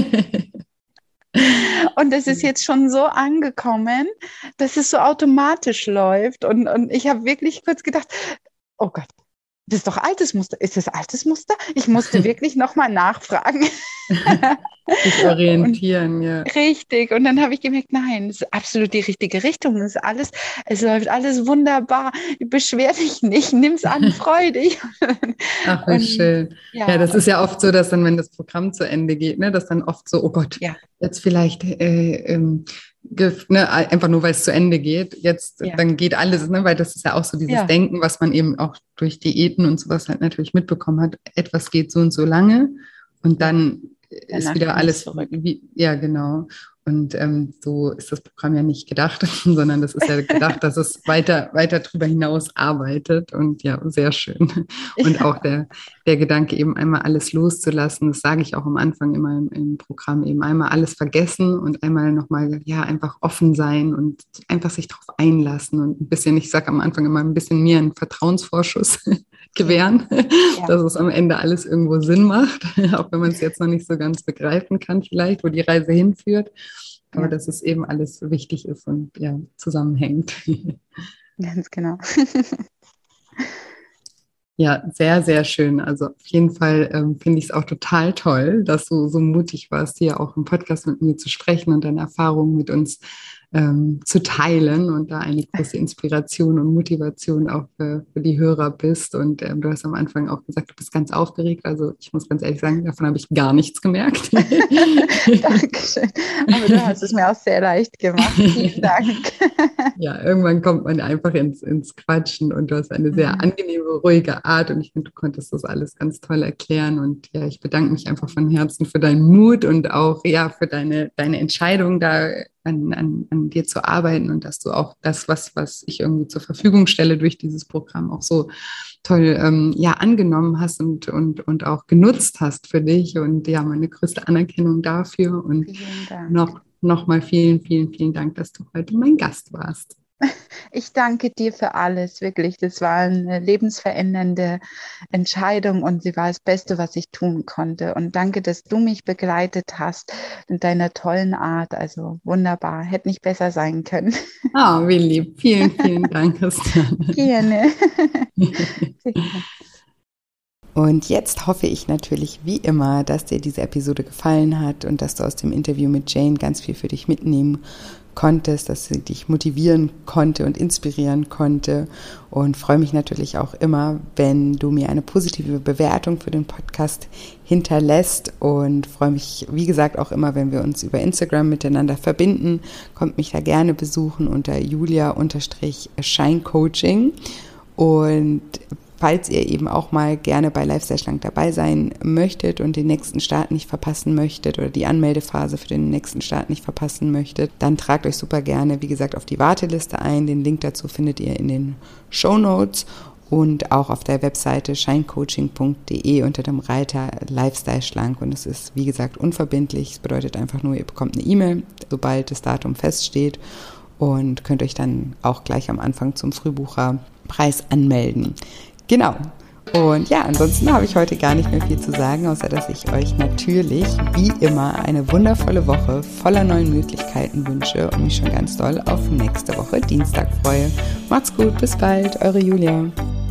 Und das ist jetzt schon so angekommen, dass es so automatisch läuft. Und, und ich habe wirklich kurz gedacht, oh Gott, das ist doch altes Muster. Ist das altes Muster? Ich musste wirklich nochmal nachfragen. Sich Und orientieren, ja. richtig. Und dann habe ich gemerkt, nein, das ist absolut die richtige Richtung. Es ist alles, es läuft alles wunderbar. Beschwer dich nicht, nimm es an, freu dich. Ach, wie Und schön. Ja, ja, das ist und ja oft so, dass dann, wenn das Programm zu Ende geht, ne, dass dann oft so, oh Gott, ja, jetzt vielleicht äh, ähm, gef- ne, einfach nur, weil es zu Ende geht, jetzt, ja, dann geht alles, ne, weil das ist ja auch so dieses ja, Denken, was man eben auch durch Diäten und sowas halt natürlich mitbekommen hat. Etwas geht so und so lange und ja. dann ist Danach wieder kann es alles zurück. wie, ja, genau. Und ähm, so ist das Programm ja nicht gedacht, sondern das ist ja gedacht, dass es weiter, weiter drüber hinaus arbeitet. Und ja, sehr schön. Und auch der, der Gedanke, eben einmal alles loszulassen, das sage ich auch am Anfang immer im, im Programm, eben einmal alles vergessen und einmal nochmal, ja, einfach offen sein und einfach sich darauf einlassen und ein bisschen, ich sage am Anfang immer ein bisschen mir einen Vertrauensvorschuss Ja, gewähren, ja, dass es am Ende alles irgendwo Sinn macht, auch wenn man es jetzt noch nicht so ganz begreifen kann, vielleicht, wo die Reise hinführt. Aber ja, dass es eben alles wichtig ist und ja, zusammenhängt. ganz genau. Ja, sehr, sehr schön. Also auf jeden Fall ähm, finde ich es auch total toll, dass du so mutig warst, hier auch im Podcast mit mir zu sprechen und deine Erfahrungen mit uns ähm, zu teilen und da eine große Inspiration und Motivation auch für, für die Hörer bist. Und ähm, du hast am Anfang auch gesagt, du bist ganz aufgeregt. Also ich muss ganz ehrlich sagen, davon habe ich gar nichts gemerkt. Dankeschön. Aber du hast es mir auch sehr leicht gemacht. Vielen Dank. Ja, irgendwann kommt man einfach ins, ins Quatschen und du hast eine sehr Mhm. angenehme, ruhige Art und ich finde, du konntest das alles ganz toll erklären und ja, ich bedanke mich einfach von Herzen für deinen Mut und auch ja für deine, deine Entscheidung, da an, an, an dir zu arbeiten und dass du auch das, was, was ich irgendwie zur Verfügung stelle durch dieses Programm auch so toll ähm, ja, angenommen hast und, und, und auch genutzt hast für dich und ja, meine größte Anerkennung dafür und Vielen Dank. noch Nochmal vielen, vielen, vielen Dank, dass du heute mein Gast warst. Ich danke dir für alles, wirklich. Das war eine lebensverändernde Entscheidung und sie war das Beste, was ich tun konnte. Und danke, dass du mich begleitet hast in deiner tollen Art. Also wunderbar, hätte nicht besser sein können. Ah, oh, wie lieb. Vielen, vielen Dank, Christiane. Gerne. Sehr gerne. Und jetzt hoffe ich natürlich wie immer, dass dir diese Episode gefallen hat und dass du aus dem Interview mit Jane ganz viel für dich mitnehmen konntest, dass sie dich motivieren konnte und inspirieren konnte und freue mich natürlich auch immer, wenn du mir eine positive Bewertung für den Podcast hinterlässt und freue mich, wie gesagt, auch immer, wenn wir uns über Instagram miteinander verbinden. Kommt mich da gerne besuchen unter Julia-Scheincoaching und falls ihr eben auch mal gerne bei Lifestyle Schlank dabei sein möchtet und den nächsten Start nicht verpassen möchtet oder die Anmeldephase für den nächsten Start nicht verpassen möchtet, dann tragt euch super gerne, wie gesagt, auf die Warteliste ein. Den Link dazu findet ihr in den Shownotes und auch auf der Webseite scheincoaching punkt de unter dem Reiter Lifestyle Schlank. Und es ist, wie gesagt, unverbindlich. Es bedeutet einfach nur, ihr bekommt eine E-Mail, sobald das Datum feststeht. und könnt euch dann auch gleich am Anfang zum Frühbucherpreis anmelden. Genau. Und ja, ansonsten habe ich heute gar nicht mehr viel zu sagen, außer dass ich euch natürlich wie immer eine wundervolle Woche voller neuen Möglichkeiten wünsche und mich schon ganz doll auf nächste Woche Dienstag freue. Macht's gut, bis bald, eure Julia.